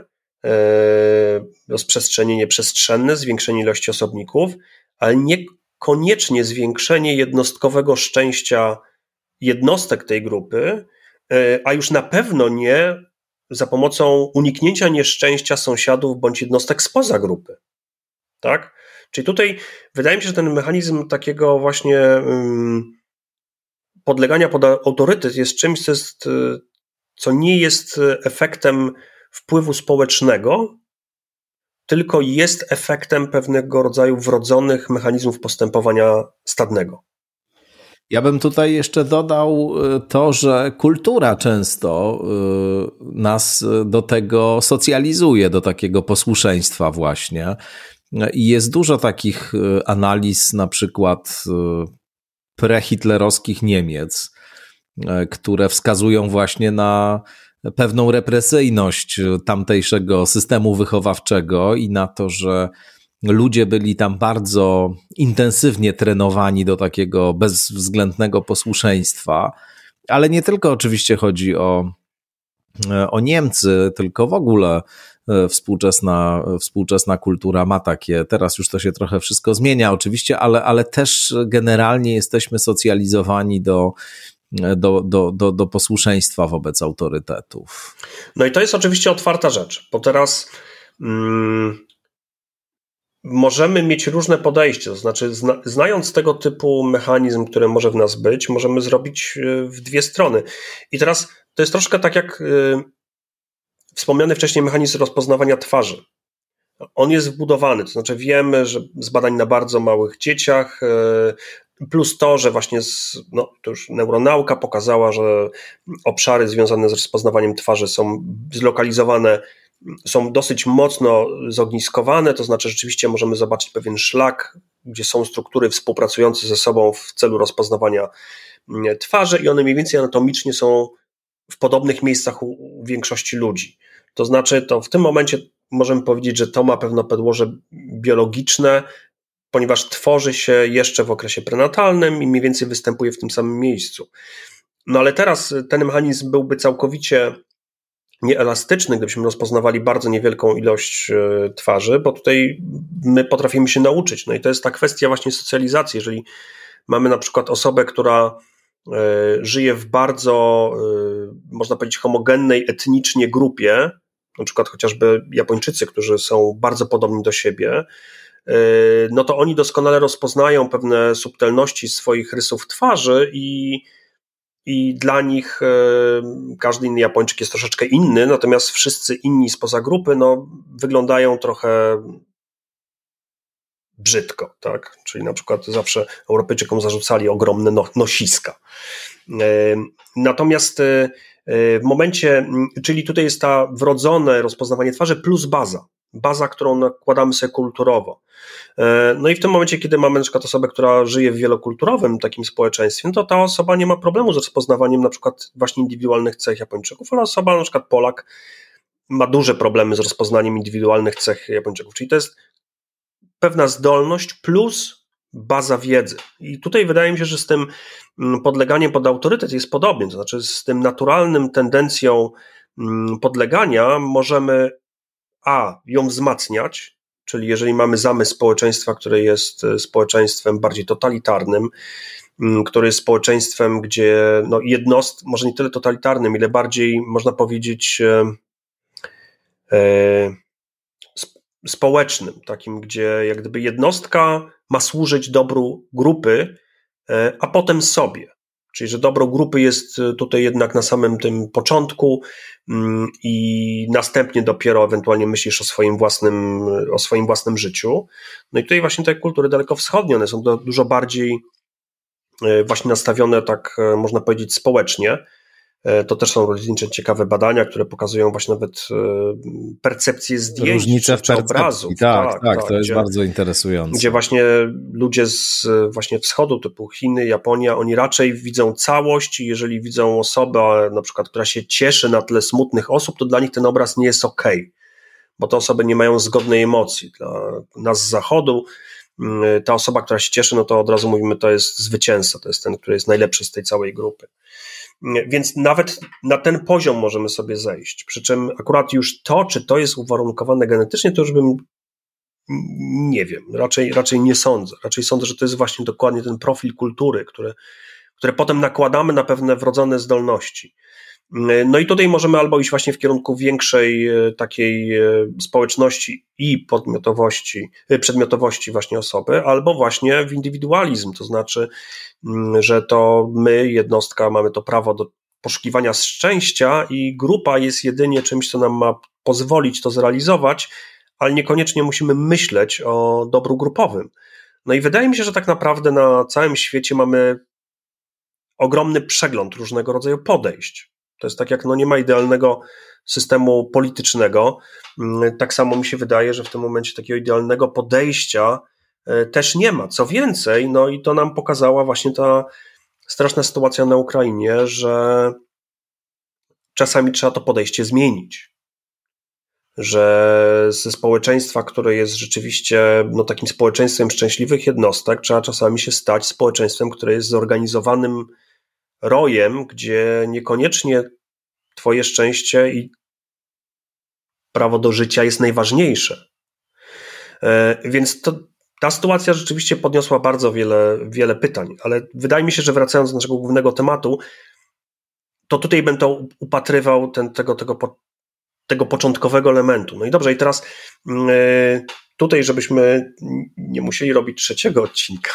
rozprzestrzenienie przestrzenne, zwiększenie ilości osobników, ale niekoniecznie zwiększenie jednostkowego szczęścia jednostek tej grupy, a już na pewno nie za pomocą uniknięcia nieszczęścia sąsiadów bądź jednostek spoza grupy. Tak? Czyli tutaj wydaje mi się, że ten mechanizm takiego właśnie um, podlegania pod autorytet jest czymś, co, jest, co nie jest efektem wpływu społecznego, tylko jest efektem pewnego rodzaju wrodzonych mechanizmów postępowania stadnego. Ja bym tutaj jeszcze dodał to, że kultura często nas do tego socjalizuje, do takiego posłuszeństwa właśnie. I jest dużo takich analiz, na przykład prehitlerowskich Niemiec, które wskazują właśnie na pewną represyjność tamtejszego systemu wychowawczego i na to, że ludzie byli tam bardzo intensywnie trenowani do takiego bezwzględnego posłuszeństwa, ale nie tylko oczywiście chodzi o, o Niemcy, tylko w ogóle współczesna, współczesna kultura ma takie, teraz już to się trochę wszystko zmienia oczywiście, ale, ale też generalnie jesteśmy socjalizowani do Do, do, do, do posłuszeństwa wobec autorytetów. No i to jest oczywiście otwarta rzecz, bo teraz mm, możemy mieć różne podejście, to znaczy zna, znając tego typu mechanizm, który może w nas być, możemy zrobić w dwie strony. I teraz to jest troszkę tak jak y, wspomniany wcześniej mechanizm rozpoznawania twarzy. On jest wbudowany, to znaczy wiemy, że z badań na bardzo małych dzieciach, plus to, że właśnie z, no, to już neuronauka pokazała, że obszary związane z rozpoznawaniem twarzy są zlokalizowane, są dosyć mocno zogniskowane, to znaczy rzeczywiście możemy zobaczyć pewien szlak, gdzie są struktury współpracujące ze sobą w celu rozpoznawania twarzy i one mniej więcej anatomicznie są w podobnych miejscach u, u większości ludzi. To znaczy, to w tym momencie możemy powiedzieć, że to ma pewne podłoże biologiczne, ponieważ tworzy się jeszcze w okresie prenatalnym i mniej więcej występuje w tym samym miejscu. No ale teraz ten mechanizm byłby całkowicie nieelastyczny, gdybyśmy rozpoznawali bardzo niewielką ilość twarzy, bo tutaj my potrafimy się nauczyć. No i to jest ta kwestia właśnie socjalizacji. Jeżeli mamy na przykład osobę, która żyje w bardzo, można powiedzieć, homogennej etnicznie grupie, na przykład chociażby Japończycy, którzy są bardzo podobni do siebie, no to oni doskonale rozpoznają pewne subtelności swoich rysów twarzy i, i dla nich każdy inny Japończyk jest troszeczkę inny, natomiast wszyscy inni spoza grupy no, wyglądają trochę brzydko, tak? Czyli na przykład zawsze Europejczykom zarzucali ogromne no, nosiska. Natomiast w momencie, czyli tutaj jest ta wrodzone rozpoznawanie twarzy plus baza, baza, którą nakładamy sobie kulturowo. No i w tym momencie, kiedy mamy na przykład osobę, która żyje w wielokulturowym takim społeczeństwie, no to ta osoba nie ma problemu z rozpoznawaniem na przykład właśnie indywidualnych cech Japończyków, ale osoba na przykład Polak ma duże problemy z rozpoznaniem indywidualnych cech Japończyków, czyli to jest pewna zdolność plus baza wiedzy. I tutaj wydaje mi się, że z tym podleganiem pod autorytet jest podobnie, to znaczy z tym naturalnym tendencją podlegania możemy a, ją wzmacniać, czyli jeżeli mamy zamysł społeczeństwa, które jest społeczeństwem bardziej totalitarnym, które jest społeczeństwem, gdzie no jednost, może nie tyle totalitarnym, ile bardziej można powiedzieć e, e, społecznym, takim, gdzie jak gdyby jednostka ma służyć dobru grupy, a potem sobie. Czyli, że dobro grupy jest tutaj jednak na samym tym początku i następnie dopiero ewentualnie myślisz o swoim własnym, o swoim własnym życiu. No i tutaj właśnie te kultury dalekowschodnie, one są dużo bardziej właśnie nastawione, tak można powiedzieć, społecznie. To też są różnicze, ciekawe badania, które pokazują właśnie nawet percepcję zdjęć różnice czy, czy obrazów. Tak, tak, tak, to jest gdzie, bardzo interesujące. Gdzie właśnie ludzie z właśnie wschodu, typu Chiny, Japonia, oni raczej widzą całość i jeżeli widzą osobę, na przykład, która się cieszy na tle smutnych osób, to dla nich ten obraz nie jest okej, bo te osoby nie mają zgodnej emocji. Dla nas z zachodu ta osoba, która się cieszy, no to od razu mówimy, to jest zwycięzca, to jest ten, który jest najlepszy z tej całej grupy. Więc nawet na ten poziom możemy sobie zejść. Przy czym akurat już to, czy to jest uwarunkowane genetycznie, to już bym nie wiem, raczej, raczej nie sądzę. Raczej sądzę, że to jest właśnie dokładnie ten profil kultury, który, które potem nakładamy na pewne wrodzone zdolności. No i tutaj możemy albo iść właśnie w kierunku większej takiej społeczności i podmiotowości, przedmiotowości właśnie osoby, albo właśnie w indywidualizm, to znaczy, że to my, jednostka, mamy to prawo do poszukiwania szczęścia i grupa jest jedynie czymś, co nam ma pozwolić to zrealizować, ale niekoniecznie musimy myśleć o dobru grupowym. No i wydaje mi się, że tak naprawdę na całym świecie mamy ogromny przegląd różnego rodzaju podejść. To jest tak jak no nie ma idealnego systemu politycznego, tak samo mi się wydaje, że w tym momencie takiego idealnego podejścia też nie ma. Co więcej, no i to nam pokazała właśnie ta straszna sytuacja na Ukrainie, że czasami trzeba to podejście zmienić. Że ze społeczeństwa, które jest rzeczywiście no, takim społeczeństwem szczęśliwych jednostek, trzeba czasami się stać społeczeństwem, które jest zorganizowanym rojem, gdzie niekoniecznie twoje szczęście i prawo do życia jest najważniejsze. Więc to, ta sytuacja rzeczywiście podniosła bardzo wiele, wiele pytań, ale wydaje mi się, że wracając do naszego głównego tematu, to tutaj bym to upatrywał ten, tego, tego, tego początkowego elementu. No i dobrze, i teraz tutaj, żebyśmy nie musieli robić trzeciego odcinka,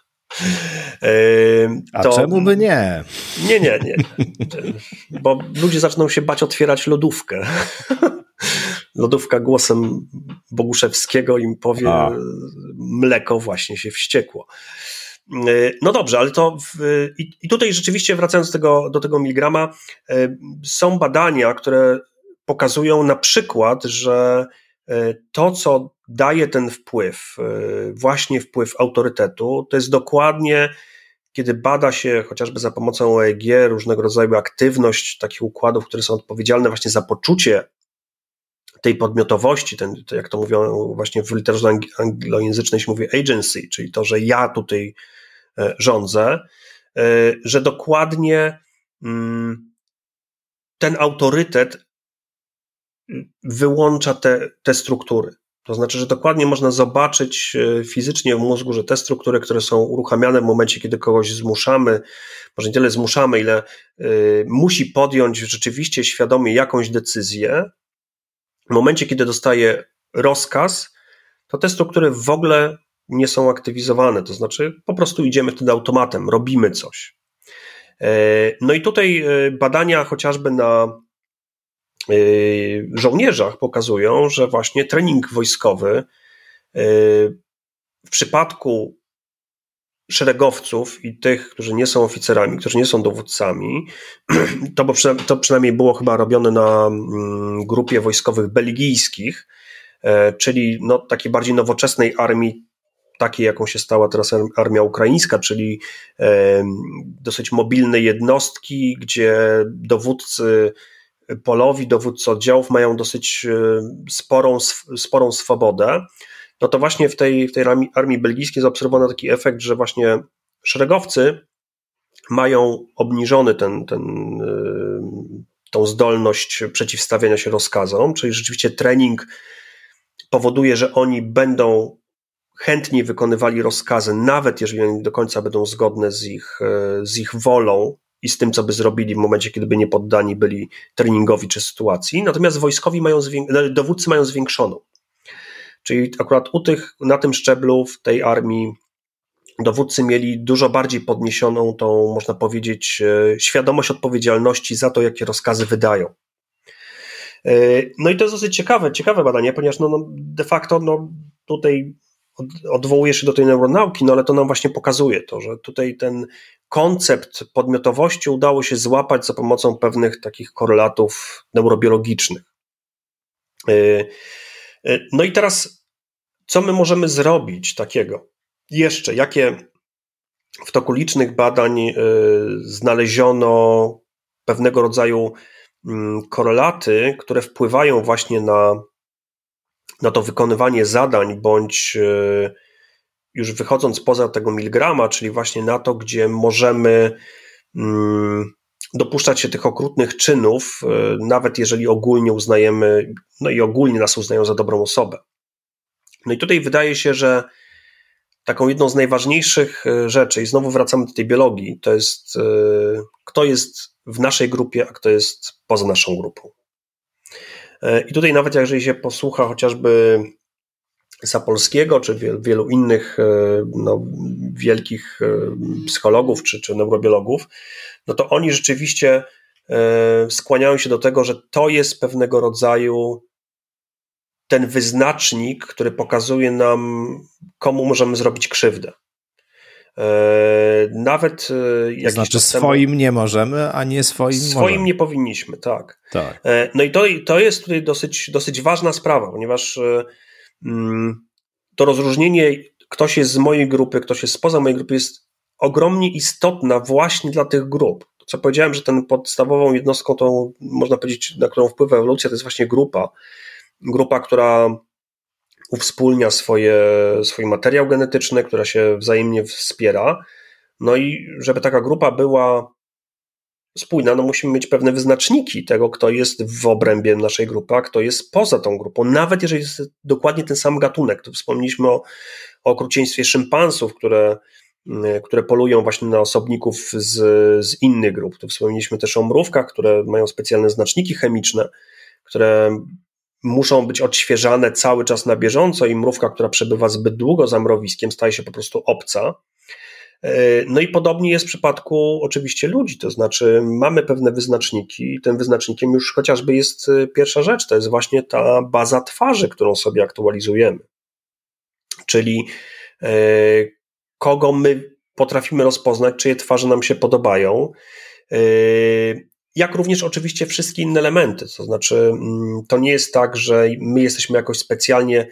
A to, czemu by nie? Nie, nie, nie. Bo ludzie zaczną się bać otwierać lodówkę. Lodówka głosem Boguszewskiego im powie, A. mleko właśnie się wściekło. No dobrze, ale to w, i, i tutaj rzeczywiście wracając do tego, do tego miligrama, są badania, które pokazują na przykład, że to, co daje ten wpływ, właśnie wpływ autorytetu, to jest dokładnie, kiedy bada się chociażby za pomocą E E G różnego rodzaju aktywność takich układów, które są odpowiedzialne właśnie za poczucie tej podmiotowości, ten, to jak to mówią właśnie w literaturze anglojęzycznej się mówi agency, czyli to, że ja tutaj rządzę, że dokładnie ten autorytet wyłącza te, te struktury. To znaczy, że dokładnie można zobaczyć fizycznie w mózgu, że te struktury, które są uruchamiane w momencie, kiedy kogoś zmuszamy, może nie tyle zmuszamy, ile y, musi podjąć rzeczywiście świadomie jakąś decyzję, w momencie, kiedy dostaje rozkaz, to te struktury w ogóle nie są aktywizowane. To znaczy, po prostu idziemy wtedy automatem, robimy coś. Y, no i tutaj badania chociażby na żołnierzach pokazują, że właśnie trening wojskowy w przypadku szeregowców i tych, którzy nie są oficerami, którzy nie są dowódcami, to, bo przynajmniej, to przynajmniej było chyba robione na grupie wojskowych belgijskich, czyli no, takiej bardziej nowoczesnej armii, takiej jaką się stała teraz armia ukraińska, czyli dosyć mobilne jednostki, gdzie dowódcy polowi, dowódcy oddziałów mają dosyć sporą, sporą swobodę, no to właśnie w tej, w tej armii, armii belgijskiej zaobserwowano taki efekt, że właśnie szeregowcy mają obniżony ten, ten, tą zdolność przeciwstawiania się rozkazom, czyli rzeczywiście trening powoduje, że oni będą chętniej wykonywali rozkazy, nawet jeżeli one nie do końca będą zgodne z ich, z ich wolą i z tym, co by zrobili w momencie, kiedy by nie poddani byli treningowi czy sytuacji. Natomiast wojskowi mają, dowódcy mają zwiększoną. Czyli akurat u tych, na tym szczeblu w tej armii dowódcy mieli dużo bardziej podniesioną tą, można powiedzieć, świadomość odpowiedzialności za to, jakie rozkazy wydają. No i to jest dosyć ciekawe, ciekawe badanie, ponieważ no, no de facto no, tutaj odwołuje się do tej neuronauki, no ale to nam właśnie pokazuje to, że tutaj ten koncept podmiotowości udało się złapać za pomocą pewnych takich korelatów neurobiologicznych. No i teraz, co my możemy zrobić takiego? Jeszcze, jakie w toku licznych badań znaleziono pewnego rodzaju korelaty, które wpływają właśnie na, na to wykonywanie zadań, bądź już wychodząc poza tego miligrama, czyli właśnie na to, gdzie możemy dopuszczać się tych okrutnych czynów, nawet jeżeli ogólnie uznajemy, no i ogólnie nas uznają za dobrą osobę. No i tutaj wydaje się, że taką jedną z najważniejszych rzeczy, i znowu wracamy do tej biologii, to jest kto jest w naszej grupie, a kto jest poza naszą grupą. I tutaj nawet jeżeli się posłucha chociażby Sapolskiego, czy wielu, wielu innych no, wielkich psychologów, czy, czy neurobiologów, no to oni rzeczywiście skłaniają się do tego, że to jest pewnego rodzaju ten wyznacznik, który pokazuje nam, komu możemy zrobić krzywdę. Nawet to znaczy swoim temu, nie możemy, a nie swoim Swoim możemy. nie powinniśmy, tak. tak. No i to, to jest tutaj dosyć, dosyć ważna sprawa, ponieważ to rozróżnienie, ktoś jest z mojej grupy, ktoś jest spoza mojej grupy, jest ogromnie istotna właśnie dla tych grup. To, co powiedziałem, że ten podstawową jednostką, tą można powiedzieć, na którą wpływa ewolucja, to jest właśnie grupa. Grupa, która uwspólnia swoje, swój materiał genetyczny, która się wzajemnie wspiera. No i żeby taka grupa była spójna, no musimy mieć pewne wyznaczniki tego, kto jest w obrębie naszej grupy, a kto jest poza tą grupą. Nawet jeżeli jest dokładnie ten sam gatunek. Tu wspomnieliśmy o, o okrucieństwie szympansów, które, które polują właśnie na osobników z, z innych grup. Tu wspomnieliśmy też o mrówkach, które mają specjalne znaczniki chemiczne, które muszą być odświeżane cały czas na bieżąco i mrówka, która przebywa zbyt długo za mrowiskiem, staje się po prostu obca. No i podobnie jest w przypadku oczywiście ludzi, to znaczy mamy pewne wyznaczniki i tym wyznacznikiem już chociażby jest pierwsza rzecz, to jest właśnie ta baza twarzy, którą sobie aktualizujemy. Czyli kogo my potrafimy rozpoznać, czyje twarze nam się podobają, jak również oczywiście wszystkie inne elementy, to znaczy to nie jest tak, że my jesteśmy jakoś specjalnie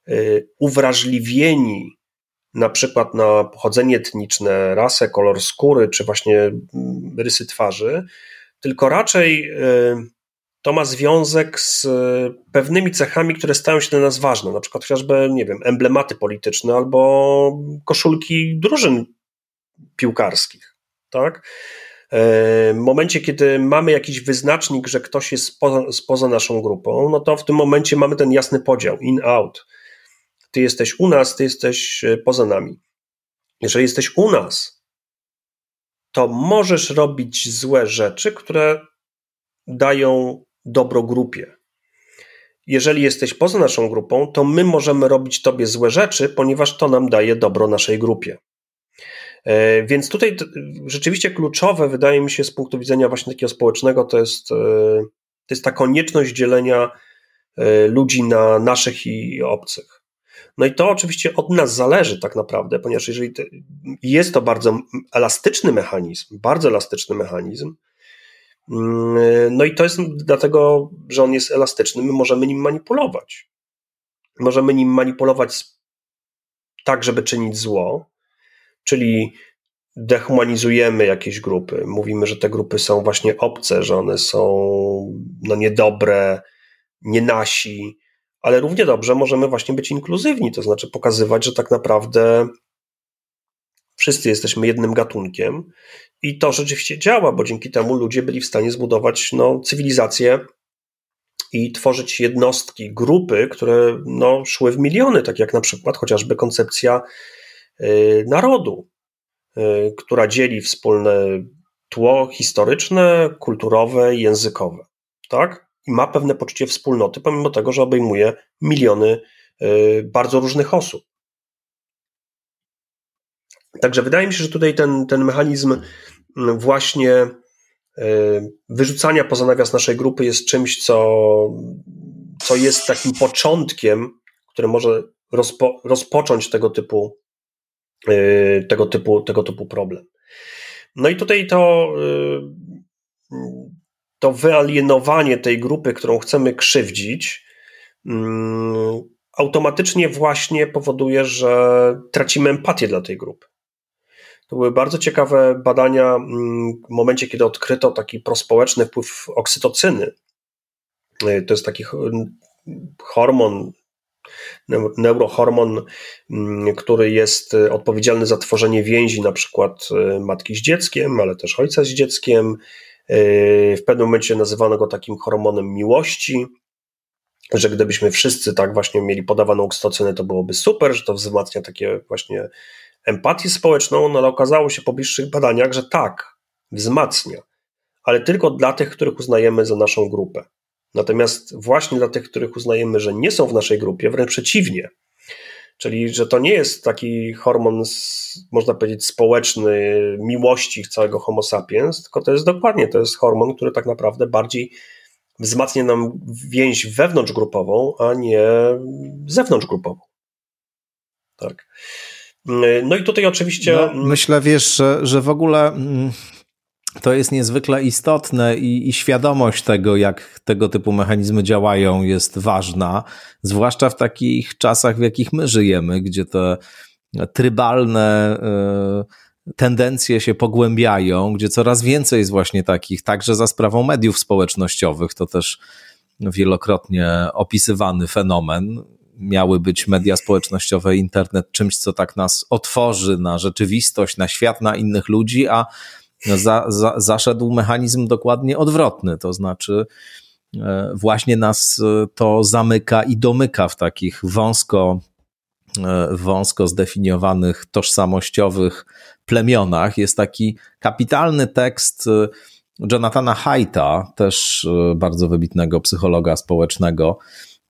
uwrażliwieni na przykład na pochodzenie etniczne, rasę, kolor skóry, czy właśnie rysy twarzy, tylko raczej to ma związek z pewnymi cechami, które stają się dla nas ważne, na przykład chociażby, nie wiem, emblematy polityczne albo koszulki drużyn piłkarskich, tak? W momencie, kiedy mamy jakiś wyznacznik, że ktoś jest spoza, spoza naszą grupą, no to w tym momencie mamy ten jasny podział, in-out. Ty jesteś u nas, ty jesteś poza nami. Jeżeli jesteś u nas, to możesz robić złe rzeczy, które dają dobro grupie. Jeżeli jesteś poza naszą grupą, to my możemy robić tobie złe rzeczy, ponieważ to nam daje dobro naszej grupie. Więc tutaj rzeczywiście kluczowe, wydaje mi się, z punktu widzenia właśnie takiego społecznego, to jest, to jest ta konieczność dzielenia ludzi na naszych i obcych. No i to oczywiście od nas zależy tak naprawdę, ponieważ jeżeli to, jest to bardzo elastyczny mechanizm, bardzo elastyczny mechanizm, no i to jest dlatego, że on jest elastyczny, my możemy nim manipulować. Możemy nim manipulować tak, żeby czynić zło, czyli dehumanizujemy jakieś grupy, mówimy, że te grupy są właśnie obce, że one są no, niedobre, nie nasi, ale równie dobrze możemy właśnie być inkluzywni, to znaczy pokazywać, że tak naprawdę wszyscy jesteśmy jednym gatunkiem i to rzeczywiście działa, bo dzięki temu ludzie byli w stanie zbudować no, cywilizację i tworzyć jednostki, grupy, które no, szły w miliony, tak jak na przykład chociażby koncepcja y, narodu, y, która dzieli wspólne tło historyczne, kulturowe i językowe, tak? I ma pewne poczucie wspólnoty, pomimo tego, że obejmuje miliony y, bardzo różnych osób. Także wydaje mi się, że tutaj ten, ten mechanizm właśnie y, wyrzucania poza nawias naszej grupy jest czymś, co, co jest takim początkiem, który może rozpo, rozpocząć tego typu, y, tego typu, tego typu problem. No i tutaj to y, to wyalienowanie tej grupy, którą chcemy krzywdzić, automatycznie właśnie powoduje, że tracimy empatię dla tej grupy. To były bardzo ciekawe badania w momencie, kiedy odkryto taki prospołeczny wpływ oksytocyny. To jest taki hormon, neurohormon, który jest odpowiedzialny za tworzenie więzi na przykład matki z dzieckiem, ale też ojca z dzieckiem. W pewnym momencie nazywano go takim hormonem miłości. że gdybyśmy wszyscy tak właśnie mieli podawaną oksytocynę, to byłoby super, że to wzmacnia takie właśnie empatię społeczną, no ale okazało się po bliższych badaniach, że tak, wzmacnia, ale tylko dla tych, których uznajemy za naszą grupę. Natomiast właśnie dla tych, których uznajemy, że nie są w naszej grupie, wręcz przeciwnie. Czyli, że to nie jest taki hormon, można powiedzieć, społeczny, miłości całego homo sapiens, tylko to jest dokładnie, to jest hormon, który tak naprawdę bardziej wzmacnia nam więź wewnątrzgrupową, a nie zewnątrzgrupową. Tak. No i tutaj oczywiście... No, myślę, wiesz, że, że w ogóle to jest niezwykle istotne i, i świadomość tego, jak tego typu mechanizmy działają, jest ważna, zwłaszcza w takich czasach, w jakich my żyjemy, gdzie te trybalne y, tendencje się pogłębiają, gdzie coraz więcej jest właśnie takich, także za sprawą mediów społecznościowych, to też wielokrotnie opisywany fenomen. Miały być media społecznościowe, internet czymś, co tak nas otworzy na rzeczywistość, na świat, na innych ludzi, a za, za, zaszedł mechanizm dokładnie odwrotny, to znaczy właśnie nas to zamyka i domyka w takich wąsko, wąsko zdefiniowanych, tożsamościowych plemionach. Jest taki kapitalny tekst Jonathana Haidta, też bardzo wybitnego psychologa społecznego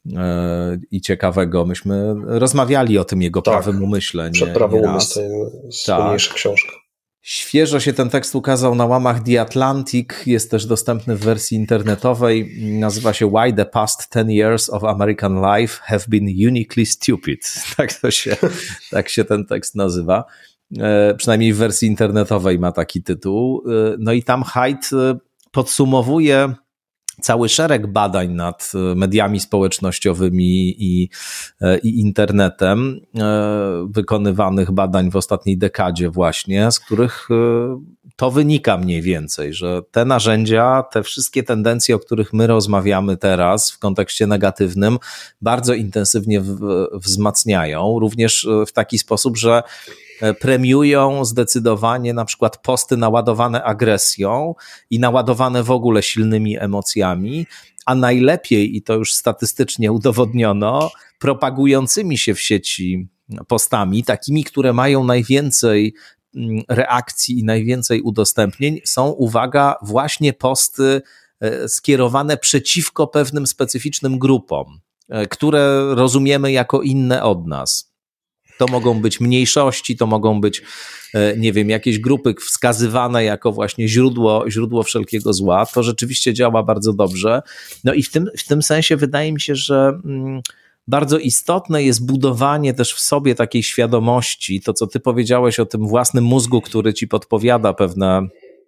i ciekawego. Myśmy rozmawiali o tym jego tak, prawym umyśle. Przed prawym umysłem, słynniejsza książka. Świeżo się ten tekst ukazał na łamach The Atlantic, jest też dostępny w wersji internetowej, nazywa się Why the Past ten years of American Life Have Been Uniquely Stupid. Tak, to się, tak się ten tekst nazywa. E, przynajmniej w wersji internetowej ma taki tytuł. E, no i tam Haidt podsumowuje cały szereg badań nad mediami społecznościowymi i, i internetem, wykonywanych badań w ostatniej dekadzie właśnie, z których to wynika mniej więcej, że te narzędzia, te wszystkie tendencje, o których my rozmawiamy teraz w kontekście negatywnym, bardzo intensywnie w, wzmacniają, również w taki sposób, że premiują zdecydowanie na przykład posty naładowane agresją i naładowane w ogóle silnymi emocjami, a najlepiej, i to już statystycznie udowodniono, propagującymi się w sieci postami, takimi, które mają najwięcej reakcji i najwięcej udostępnień, są, uwaga, właśnie posty skierowane przeciwko pewnym specyficznym grupom, które rozumiemy jako inne od nas. To mogą być mniejszości, to mogą być, nie wiem, jakieś grupy wskazywane jako właśnie źródło, źródło wszelkiego zła. To rzeczywiście działa bardzo dobrze. No i w tym, w tym sensie wydaje mi się, że bardzo istotne jest budowanie też w sobie takiej świadomości, to co ty powiedziałeś o tym własnym mózgu, który ci podpowiada pewne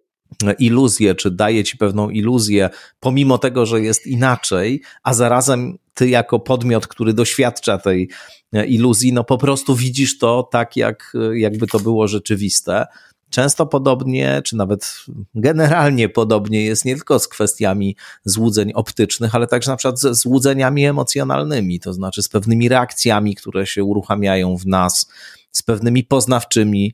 iluzję, czy daje ci pewną iluzję, pomimo tego, że jest inaczej, a zarazem ty jako podmiot, który doświadcza tej iluzji, no po prostu widzisz to tak, jak, jakby to było rzeczywiste. Często podobnie, czy nawet generalnie podobnie jest nie tylko z kwestiami złudzeń optycznych, ale także na przykład ze złudzeniami emocjonalnymi, to znaczy z pewnymi reakcjami, które się uruchamiają w nas, z pewnymi poznawczymi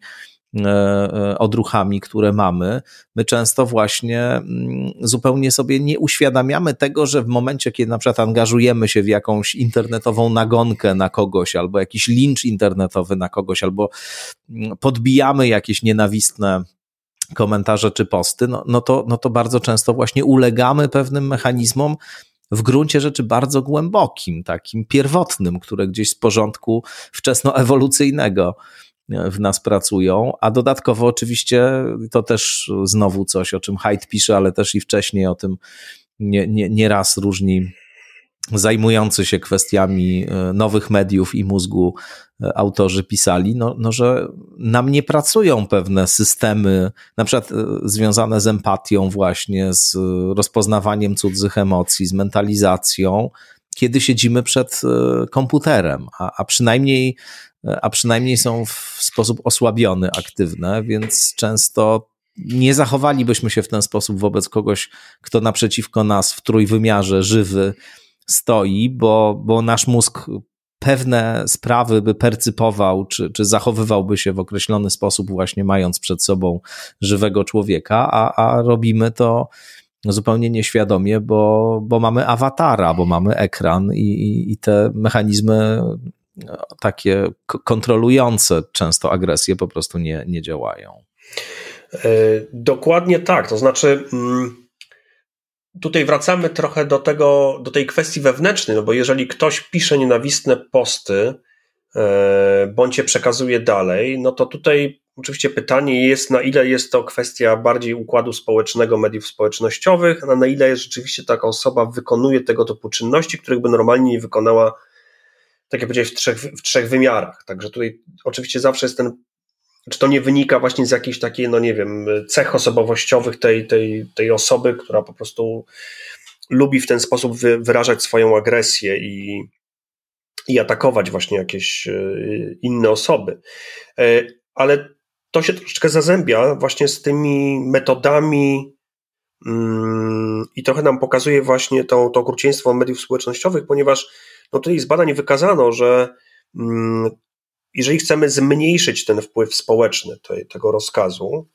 odruchami, które mamy. My często właśnie zupełnie sobie nie uświadamiamy tego, że w momencie, kiedy na przykład angażujemy się w jakąś internetową nagonkę na kogoś, albo jakiś lincz internetowy na kogoś, albo podbijamy jakieś nienawistne komentarze czy posty, no, no, to, no to bardzo często właśnie ulegamy pewnym mechanizmom w gruncie rzeczy bardzo głębokim, takim pierwotnym, które gdzieś z porządku wczesnoewolucyjnego w nas pracują, a dodatkowo oczywiście to też znowu coś, o czym Haidt pisze, ale też i wcześniej o tym nie, nie, nie raz różni zajmujący się kwestiami nowych mediów i mózgu autorzy pisali, no, no, że nam nie pracują pewne systemy, na przykład związane z empatią właśnie, z rozpoznawaniem cudzych emocji, z mentalizacją, kiedy siedzimy przed komputerem, a, a przynajmniej a przynajmniej są w sposób osłabiony aktywne, więc często nie zachowalibyśmy się w ten sposób wobec kogoś, kto naprzeciwko nas w trójwymiarze żywy stoi, bo, bo nasz mózg pewne sprawy by percypował, czy, czy zachowywałby się w określony sposób, właśnie mając przed sobą żywego człowieka, a, a robimy to zupełnie nieświadomie, bo, bo mamy awatara, bo mamy ekran i, i te mechanizmy takie kontrolujące często agresję po prostu nie, nie działają. Dokładnie tak, to znaczy tutaj wracamy trochę do tego, do tej kwestii wewnętrznej, no bo jeżeli ktoś pisze nienawistne posty bądź je przekazuje dalej, no to tutaj oczywiście pytanie jest, na ile jest to kwestia bardziej układu społecznego, mediów społecznościowych, a na ile rzeczywiście taka osoba wykonuje tego typu czynności, których by normalnie nie wykonała, tak jak powiedziałeś, w trzech, w trzech wymiarach. Także tutaj oczywiście zawsze jest ten, czy to nie wynika właśnie z jakiejś takiej, no nie wiem, cech osobowościowych tej, tej, tej osoby, która po prostu lubi w ten sposób wy, wyrażać swoją agresję i, i atakować właśnie jakieś inne osoby. Ale to się troszeczkę zazębia właśnie z tymi metodami mm, i trochę nam pokazuje właśnie to, to okrucieństwo mediów społecznościowych, ponieważ no tutaj z badań wykazano, że mm, jeżeli chcemy zmniejszyć ten wpływ społeczny tej, tego rozkazu,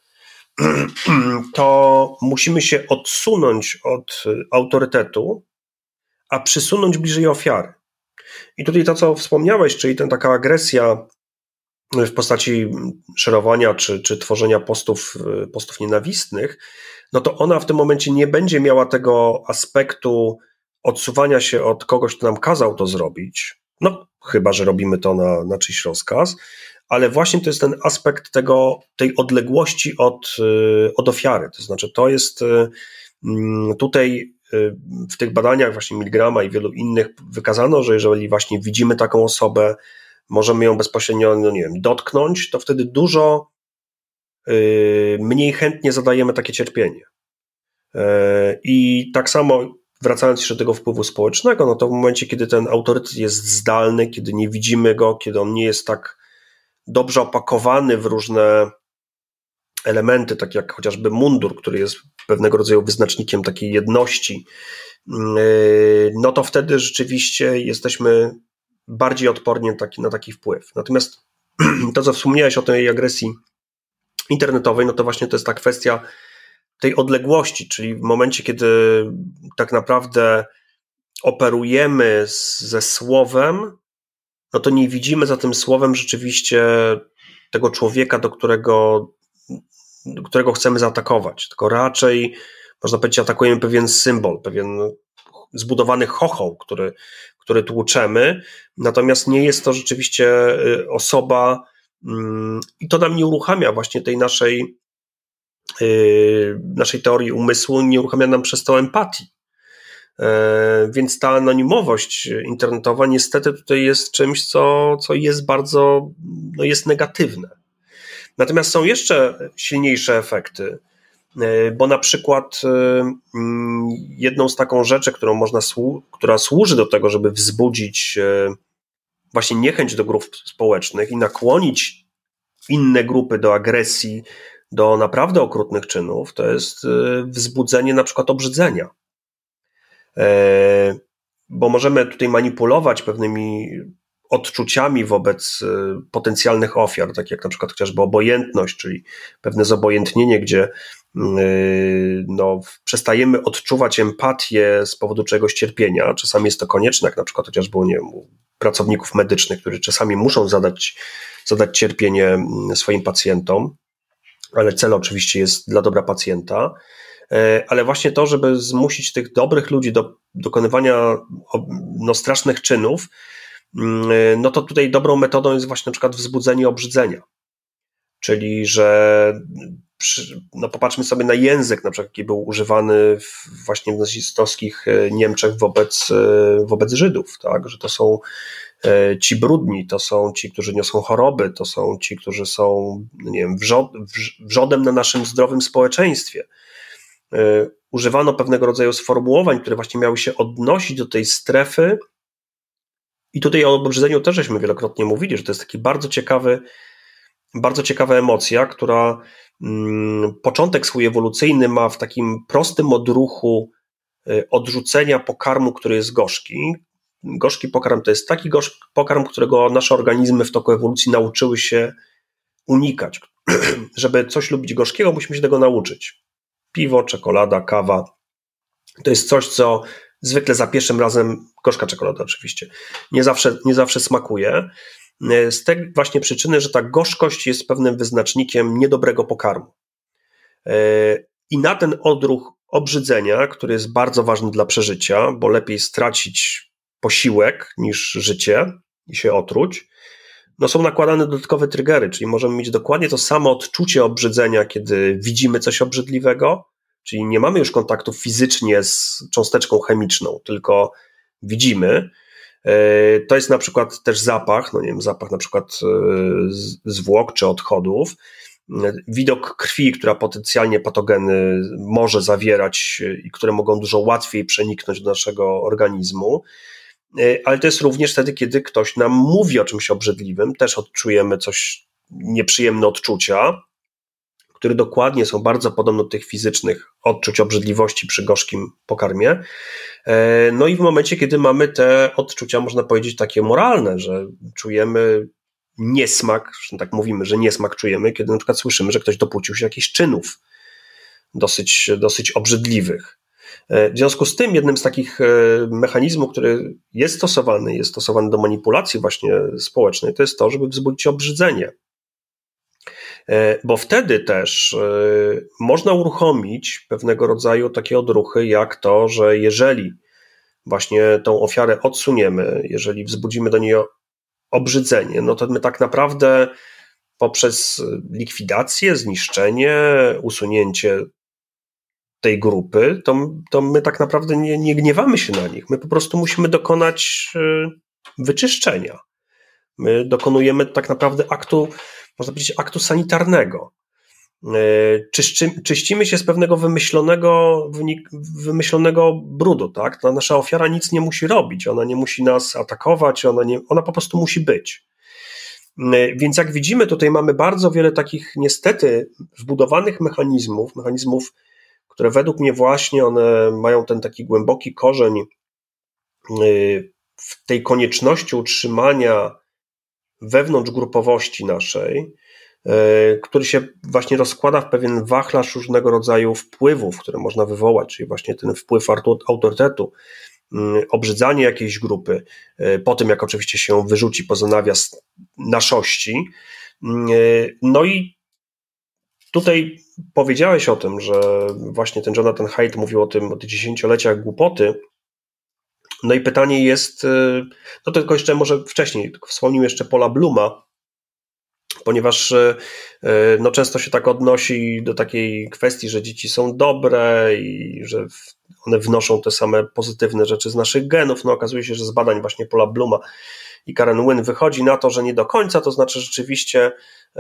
to musimy się odsunąć od autorytetu, a przysunąć bliżej ofiary. I tutaj to, co wspomniałeś, czyli ten, taka agresja w postaci szerowania czy, czy tworzenia postów, postów nienawistnych, no to ona w tym momencie nie będzie miała tego aspektu odsuwania się od kogoś, kto nam kazał to zrobić, no chyba że robimy to na, na czyjś rozkaz, ale właśnie to jest ten aspekt tego, tej odległości od, od ofiary, to znaczy to jest tutaj w tych badaniach właśnie Milgrama i wielu innych wykazano, że jeżeli właśnie widzimy taką osobę, możemy ją bezpośrednio, no nie wiem, dotknąć, to wtedy dużo yy, mniej chętnie zadajemy takie cierpienie. Yy, I tak samo wracając jeszcze do tego wpływu społecznego, no to w momencie, kiedy ten autorytet jest zdalny, kiedy nie widzimy go, kiedy on nie jest tak dobrze opakowany w różne elementy, tak jak chociażby mundur, który jest pewnego rodzaju wyznacznikiem takiej jedności, yy, no to wtedy rzeczywiście jesteśmy bardziej odporni taki, na taki wpływ. Natomiast to, co wspomniałeś o tej agresji internetowej, no to właśnie to jest ta kwestia tej odległości, czyli w momencie, kiedy tak naprawdę operujemy z, ze słowem, no to nie widzimy za tym słowem rzeczywiście tego człowieka, do którego, do którego chcemy zaatakować, tylko raczej, można powiedzieć, atakujemy pewien symbol, pewien zbudowany chochoł, który, który tłuczemy, natomiast nie jest to rzeczywiście osoba i to nam nie uruchamia właśnie tej naszej, naszej teorii umysłu, nie uruchamia nam przez to empatii. Więc ta anonimowość internetowa niestety tutaj jest czymś, co, co jest bardzo, no jest negatywne. Natomiast są jeszcze silniejsze efekty, bo na przykład jedną z taką rzeczy, którą można, która służy do tego, żeby wzbudzić właśnie niechęć do grup społecznych i nakłonić inne grupy do agresji, do naprawdę okrutnych czynów, to jest wzbudzenie na przykład obrzydzenia. Bo możemy tutaj manipulować pewnymi odczuciami wobec potencjalnych ofiar, tak jak na przykład chociażby obojętność, czyli pewne zobojętnienie, gdzie no, przestajemy odczuwać empatię z powodu czegoś cierpienia. Czasami jest to konieczne, jak na przykład chociażby nie wiem, u pracowników medycznych, którzy czasami muszą zadać, zadać cierpienie swoim pacjentom, ale cel oczywiście jest dla dobra pacjenta. Ale właśnie to, żeby zmusić tych dobrych ludzi do dokonywania no, strasznych czynów, no to tutaj dobrą metodą jest właśnie na przykład wzbudzenie obrzydzenia. Czyli, że przy, no popatrzmy sobie na język, na przykład jaki był używany w, właśnie w nazistowskich Niemczech wobec, wobec Żydów, tak? Że to są ci brudni, to są ci, którzy niosą choroby, to są ci, którzy są, nie wiem, wrzod, wrzodem na naszym zdrowym społeczeństwie. Używano pewnego rodzaju sformułowań, które właśnie miały się odnosić do tej strefy i tutaj o obrzydzeniu też żeśmy wielokrotnie mówili, że to jest taki bardzo ciekawy, bardzo ciekawa emocja, która mm, początek swój ewolucyjny ma w takim prostym odruchu odrzucenia pokarmu, który jest gorzki. Gorzki pokarm to jest taki gorzki pokarm, którego nasze organizmy w toku ewolucji nauczyły się unikać. Żeby coś lubić gorzkiego, musimy się tego nauczyć. Piwo, czekolada, kawa. To jest coś, co zwykle za pierwszym razem, gorzka czekolada oczywiście, nie zawsze, nie zawsze smakuje. Z tej właśnie przyczyny, że ta gorzkość jest pewnym wyznacznikiem niedobrego pokarmu. I na ten odruch obrzydzenia, który jest bardzo ważny dla przeżycia, bo lepiej stracić posiłek niż życie i się otruć, no są nakładane dodatkowe triggery, czyli możemy mieć dokładnie to samo odczucie obrzydzenia, kiedy widzimy coś obrzydliwego, czyli nie mamy już kontaktu fizycznie z cząsteczką chemiczną, tylko widzimy. To jest na przykład też zapach, no nie wiem, zapach na przykład zwłok czy odchodów, widok krwi, która potencjalnie patogeny może zawierać i które mogą dużo łatwiej przeniknąć do naszego organizmu, ale to jest również wtedy, kiedy ktoś nam mówi o czymś obrzydliwym, też odczujemy coś, nieprzyjemne odczucia, które dokładnie są bardzo podobne do tych fizycznych odczuć obrzydliwości przy gorzkim pokarmie. No i w momencie, kiedy mamy te odczucia, można powiedzieć, takie moralne, że czujemy niesmak, że tak mówimy, że niesmak czujemy, kiedy na przykład słyszymy, że ktoś dopuścił się jakichś czynów dosyć, dosyć obrzydliwych. W związku z tym jednym z takich mechanizmów, który jest stosowany, jest stosowany do manipulacji właśnie społecznej, to jest to, żeby wzbudzić obrzydzenie. Bo wtedy też można uruchomić pewnego rodzaju takie odruchy, jak to, że jeżeli właśnie tą ofiarę odsuniemy, jeżeli wzbudzimy do niej obrzydzenie, no to my tak naprawdę poprzez likwidację, zniszczenie, usunięcie tej grupy, to, to my tak naprawdę nie, nie gniewamy się na nich. My po prostu musimy dokonać wyczyszczenia. My dokonujemy tak naprawdę aktu, można powiedzieć, aktu sanitarnego. Czyszczy, czyścimy się z pewnego wymyślonego, wymyślonego brudu, tak? Ta nasza ofiara nic nie musi robić, ona nie musi nas atakować, ona, nie, ona po prostu musi być. Więc jak widzimy, tutaj mamy bardzo wiele takich niestety wbudowanych mechanizmów, mechanizmów, które według mnie właśnie one mają ten taki głęboki korzeń w tej konieczności utrzymania wewnątrz grupowości naszej, który się właśnie rozkłada w pewien wachlarz różnego rodzaju wpływów, które można wywołać, czyli właśnie ten wpływ autorytetu, obrzydzanie jakiejś grupy, po tym jak oczywiście się wyrzuci poza nawias naszości. No i tutaj powiedziałeś o tym, że właśnie ten Jonathan Haidt mówił o tym, o tych dziesięcioleciach głupoty. No i pytanie jest, no to tylko jeszcze może wcześniej, tylko wspomnił jeszcze Paula Blooma, ponieważ no, często się tak odnosi do takiej kwestii, że dzieci są dobre i że one wnoszą te same pozytywne rzeczy z naszych genów. No okazuje się, że z badań właśnie Paula Blooma i Karen Wynn wychodzi na to, że nie do końca, to znaczy rzeczywiście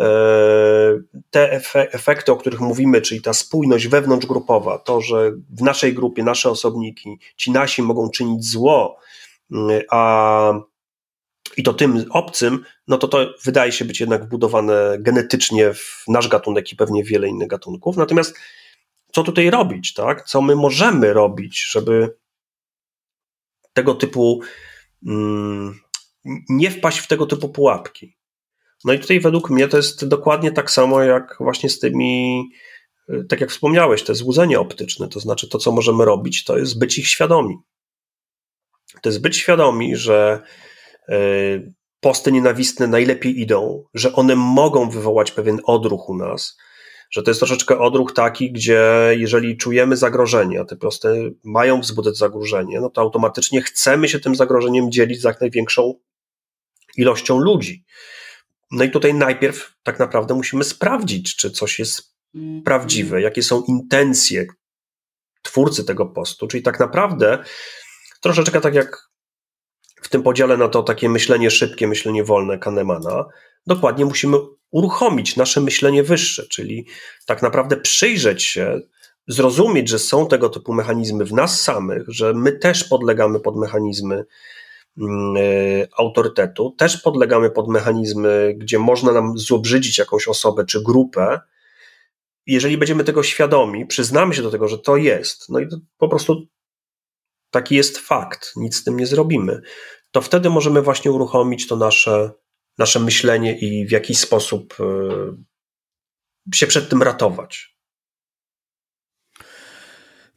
te efekty, o których mówimy, czyli ta spójność wewnątrzgrupowa, to, że w naszej grupie nasze osobniki, ci nasi mogą czynić zło, a i to tym obcym, no to to wydaje się być jednak wbudowane genetycznie w nasz gatunek i pewnie wiele innych gatunków. Natomiast co tutaj robić, tak? Co my możemy robić, żeby tego typu mm, nie wpaść w tego typu pułapki? No i tutaj według mnie to jest dokładnie tak samo jak właśnie z tymi, tak jak wspomniałeś, te złudzenia optyczne, to znaczy to, co możemy robić, to jest być ich świadomi. To jest być świadomi, że posty nienawistne najlepiej idą, że one mogą wywołać pewien odruch u nas, że to jest troszeczkę odruch taki, gdzie jeżeli czujemy zagrożenie, a te posty mają wzbudzać zagrożenie, no to automatycznie chcemy się tym zagrożeniem dzielić z jak największą ilością ludzi. No i tutaj najpierw tak naprawdę musimy sprawdzić, czy coś jest prawdziwe, jakie są intencje twórcy tego postu, czyli tak naprawdę troszeczkę tak jak w tym podziale na to takie myślenie szybkie, myślenie wolne Kahnemana, dokładnie musimy uruchomić nasze myślenie wyższe, czyli tak naprawdę przyjrzeć się, zrozumieć, że są tego typu mechanizmy w nas samych, że my też podlegamy pod mechanizmy autorytetu, też podlegamy pod mechanizmy, gdzie można nam zobrzydzić jakąś osobę czy grupę. Jeżeli będziemy tego świadomi, przyznamy się do tego, że to jest, no i to po prostu taki jest fakt, nic z tym nie zrobimy, to wtedy możemy właśnie uruchomić to nasze, nasze myślenie i w jakiś sposób się przed tym ratować.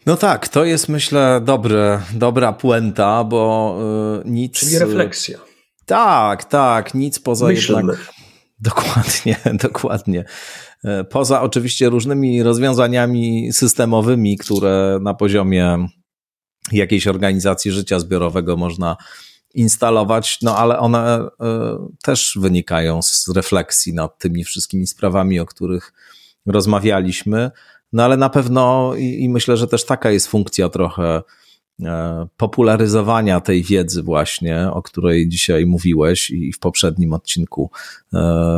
No tak, to jest myślę dobre, dobra puenta, bo y, nic... Czyli refleksja. Tak, tak, nic poza Myślmy. jednak... Dokładnie, dokładnie. Poza oczywiście różnymi rozwiązaniami systemowymi, które na poziomie jakiejś organizacji życia zbiorowego można instalować, no ale one y, też wynikają z refleksji nad tymi wszystkimi sprawami, o których rozmawialiśmy. No ale na pewno i, i myślę, że też taka jest funkcja trochę e, popularyzowania tej wiedzy właśnie, o której dzisiaj mówiłeś i w poprzednim odcinku e,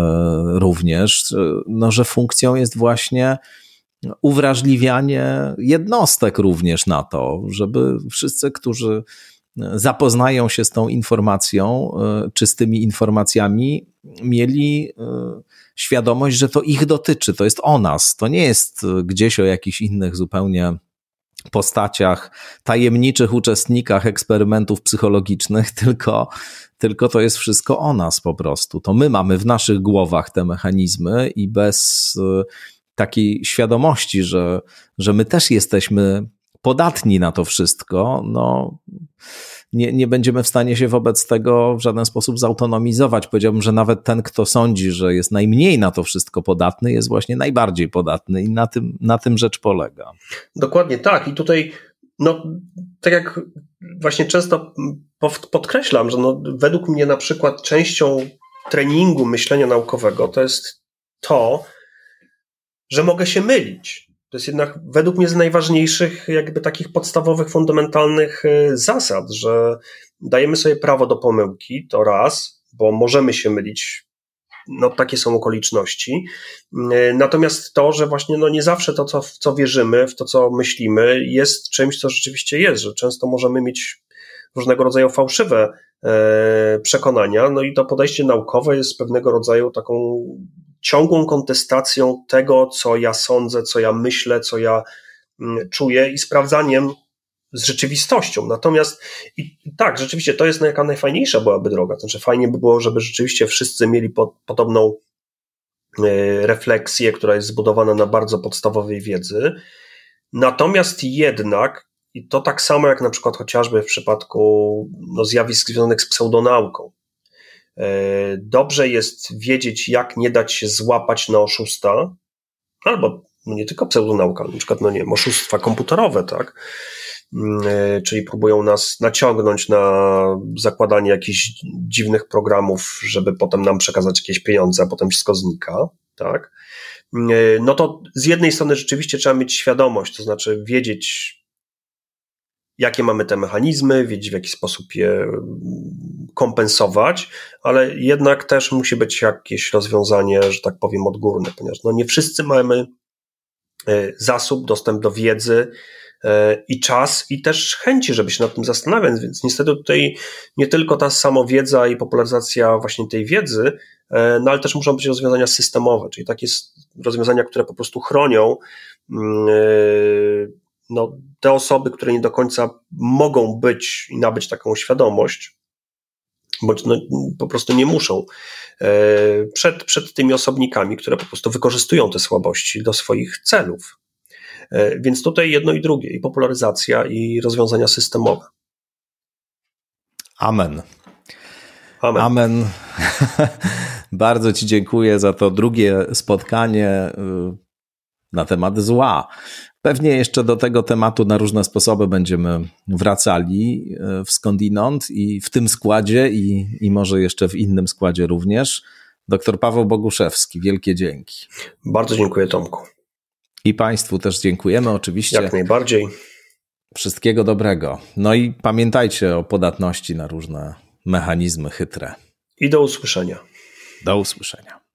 również, no że funkcją jest właśnie uwrażliwianie jednostek również na to, żeby wszyscy, którzy zapoznają się z tą informacją, czy z tymi informacjami, mieli świadomość, że to ich dotyczy, to jest o nas, to nie jest gdzieś o jakichś innych zupełnie postaciach, tajemniczych uczestnikach eksperymentów psychologicznych, tylko, tylko to jest wszystko o nas po prostu. To my mamy w naszych głowach te mechanizmy i bez takiej świadomości, że, że my też jesteśmy podatni na to wszystko, no nie, nie będziemy w stanie się wobec tego w żaden sposób zautonomizować. Powiedziałbym, że nawet ten, kto sądzi, że jest najmniej na to wszystko podatny, jest właśnie najbardziej podatny i na tym, na tym rzecz polega. Dokładnie tak. I tutaj, no, tak jak właśnie często podkreślam, że no, według mnie na przykład częścią treningu myślenia naukowego to jest to, że mogę się mylić. To jest jednak według mnie z najważniejszych jakby takich podstawowych, fundamentalnych zasad, że dajemy sobie prawo do pomyłki, to raz, bo możemy się mylić, no takie są okoliczności. Natomiast to, że właśnie no nie zawsze to, co, w co wierzymy, w to, co myślimy, jest czymś, co rzeczywiście jest, że często możemy mieć różnego rodzaju fałszywe e, przekonania, no i to podejście naukowe jest pewnego rodzaju taką ciągłą kontestacją tego, co ja sądzę, co ja myślę, co ja mm, czuję i sprawdzaniem z rzeczywistością. Natomiast i tak, rzeczywiście to jest jaka najfajniejsza byłaby droga. Znaczy fajnie by było, żeby rzeczywiście wszyscy mieli po, podobną y, refleksję, która jest zbudowana na bardzo podstawowej wiedzy. Natomiast jednak, i to tak samo jak na przykład chociażby w przypadku no, zjawisk związanych z pseudonauką, dobrze jest wiedzieć, jak nie dać się złapać na oszusta, albo no nie tylko pseudonauka, na przykład no nie wiem, oszustwa komputerowe, tak? Czyli próbują nas naciągnąć na zakładanie jakichś dziwnych programów, żeby potem nam przekazać jakieś pieniądze, a potem wszystko znika, tak? No to z jednej strony rzeczywiście trzeba mieć świadomość, to znaczy wiedzieć, jakie mamy te mechanizmy, wiedzieć, w jaki sposób je kompensować, ale jednak też musi być jakieś rozwiązanie, że tak powiem, odgórne, ponieważ no nie wszyscy mamy zasób, dostęp do wiedzy i czas i też chęci, żeby się nad tym zastanawiać, więc niestety tutaj nie tylko ta samowiedza i popularyzacja właśnie tej wiedzy, no ale też muszą być rozwiązania systemowe, czyli takie rozwiązania, które po prostu chronią no, te osoby, które nie do końca mogą być i nabyć taką świadomość, bądź no, po prostu nie muszą, e, przed, przed tymi osobnikami, które po prostu wykorzystują te słabości do swoich celów. E, więc tutaj jedno i drugie, i popularyzacja, i rozwiązania systemowe. Amen. Amen. Amen. Bardzo Ci dziękuję za to drugie spotkanie na temat zła. Pewnie jeszcze do tego tematu na różne sposoby będziemy wracali w skądinąd i w tym składzie i, i może jeszcze w innym składzie również. Doktor Paweł Boguszewski, wielkie dzięki. Bardzo dziękuję, Tomku. I Państwu też dziękujemy oczywiście. Jak najbardziej. Wszystkiego dobrego. No i pamiętajcie o podatności na różne mechanizmy chytre. I do usłyszenia. Do usłyszenia.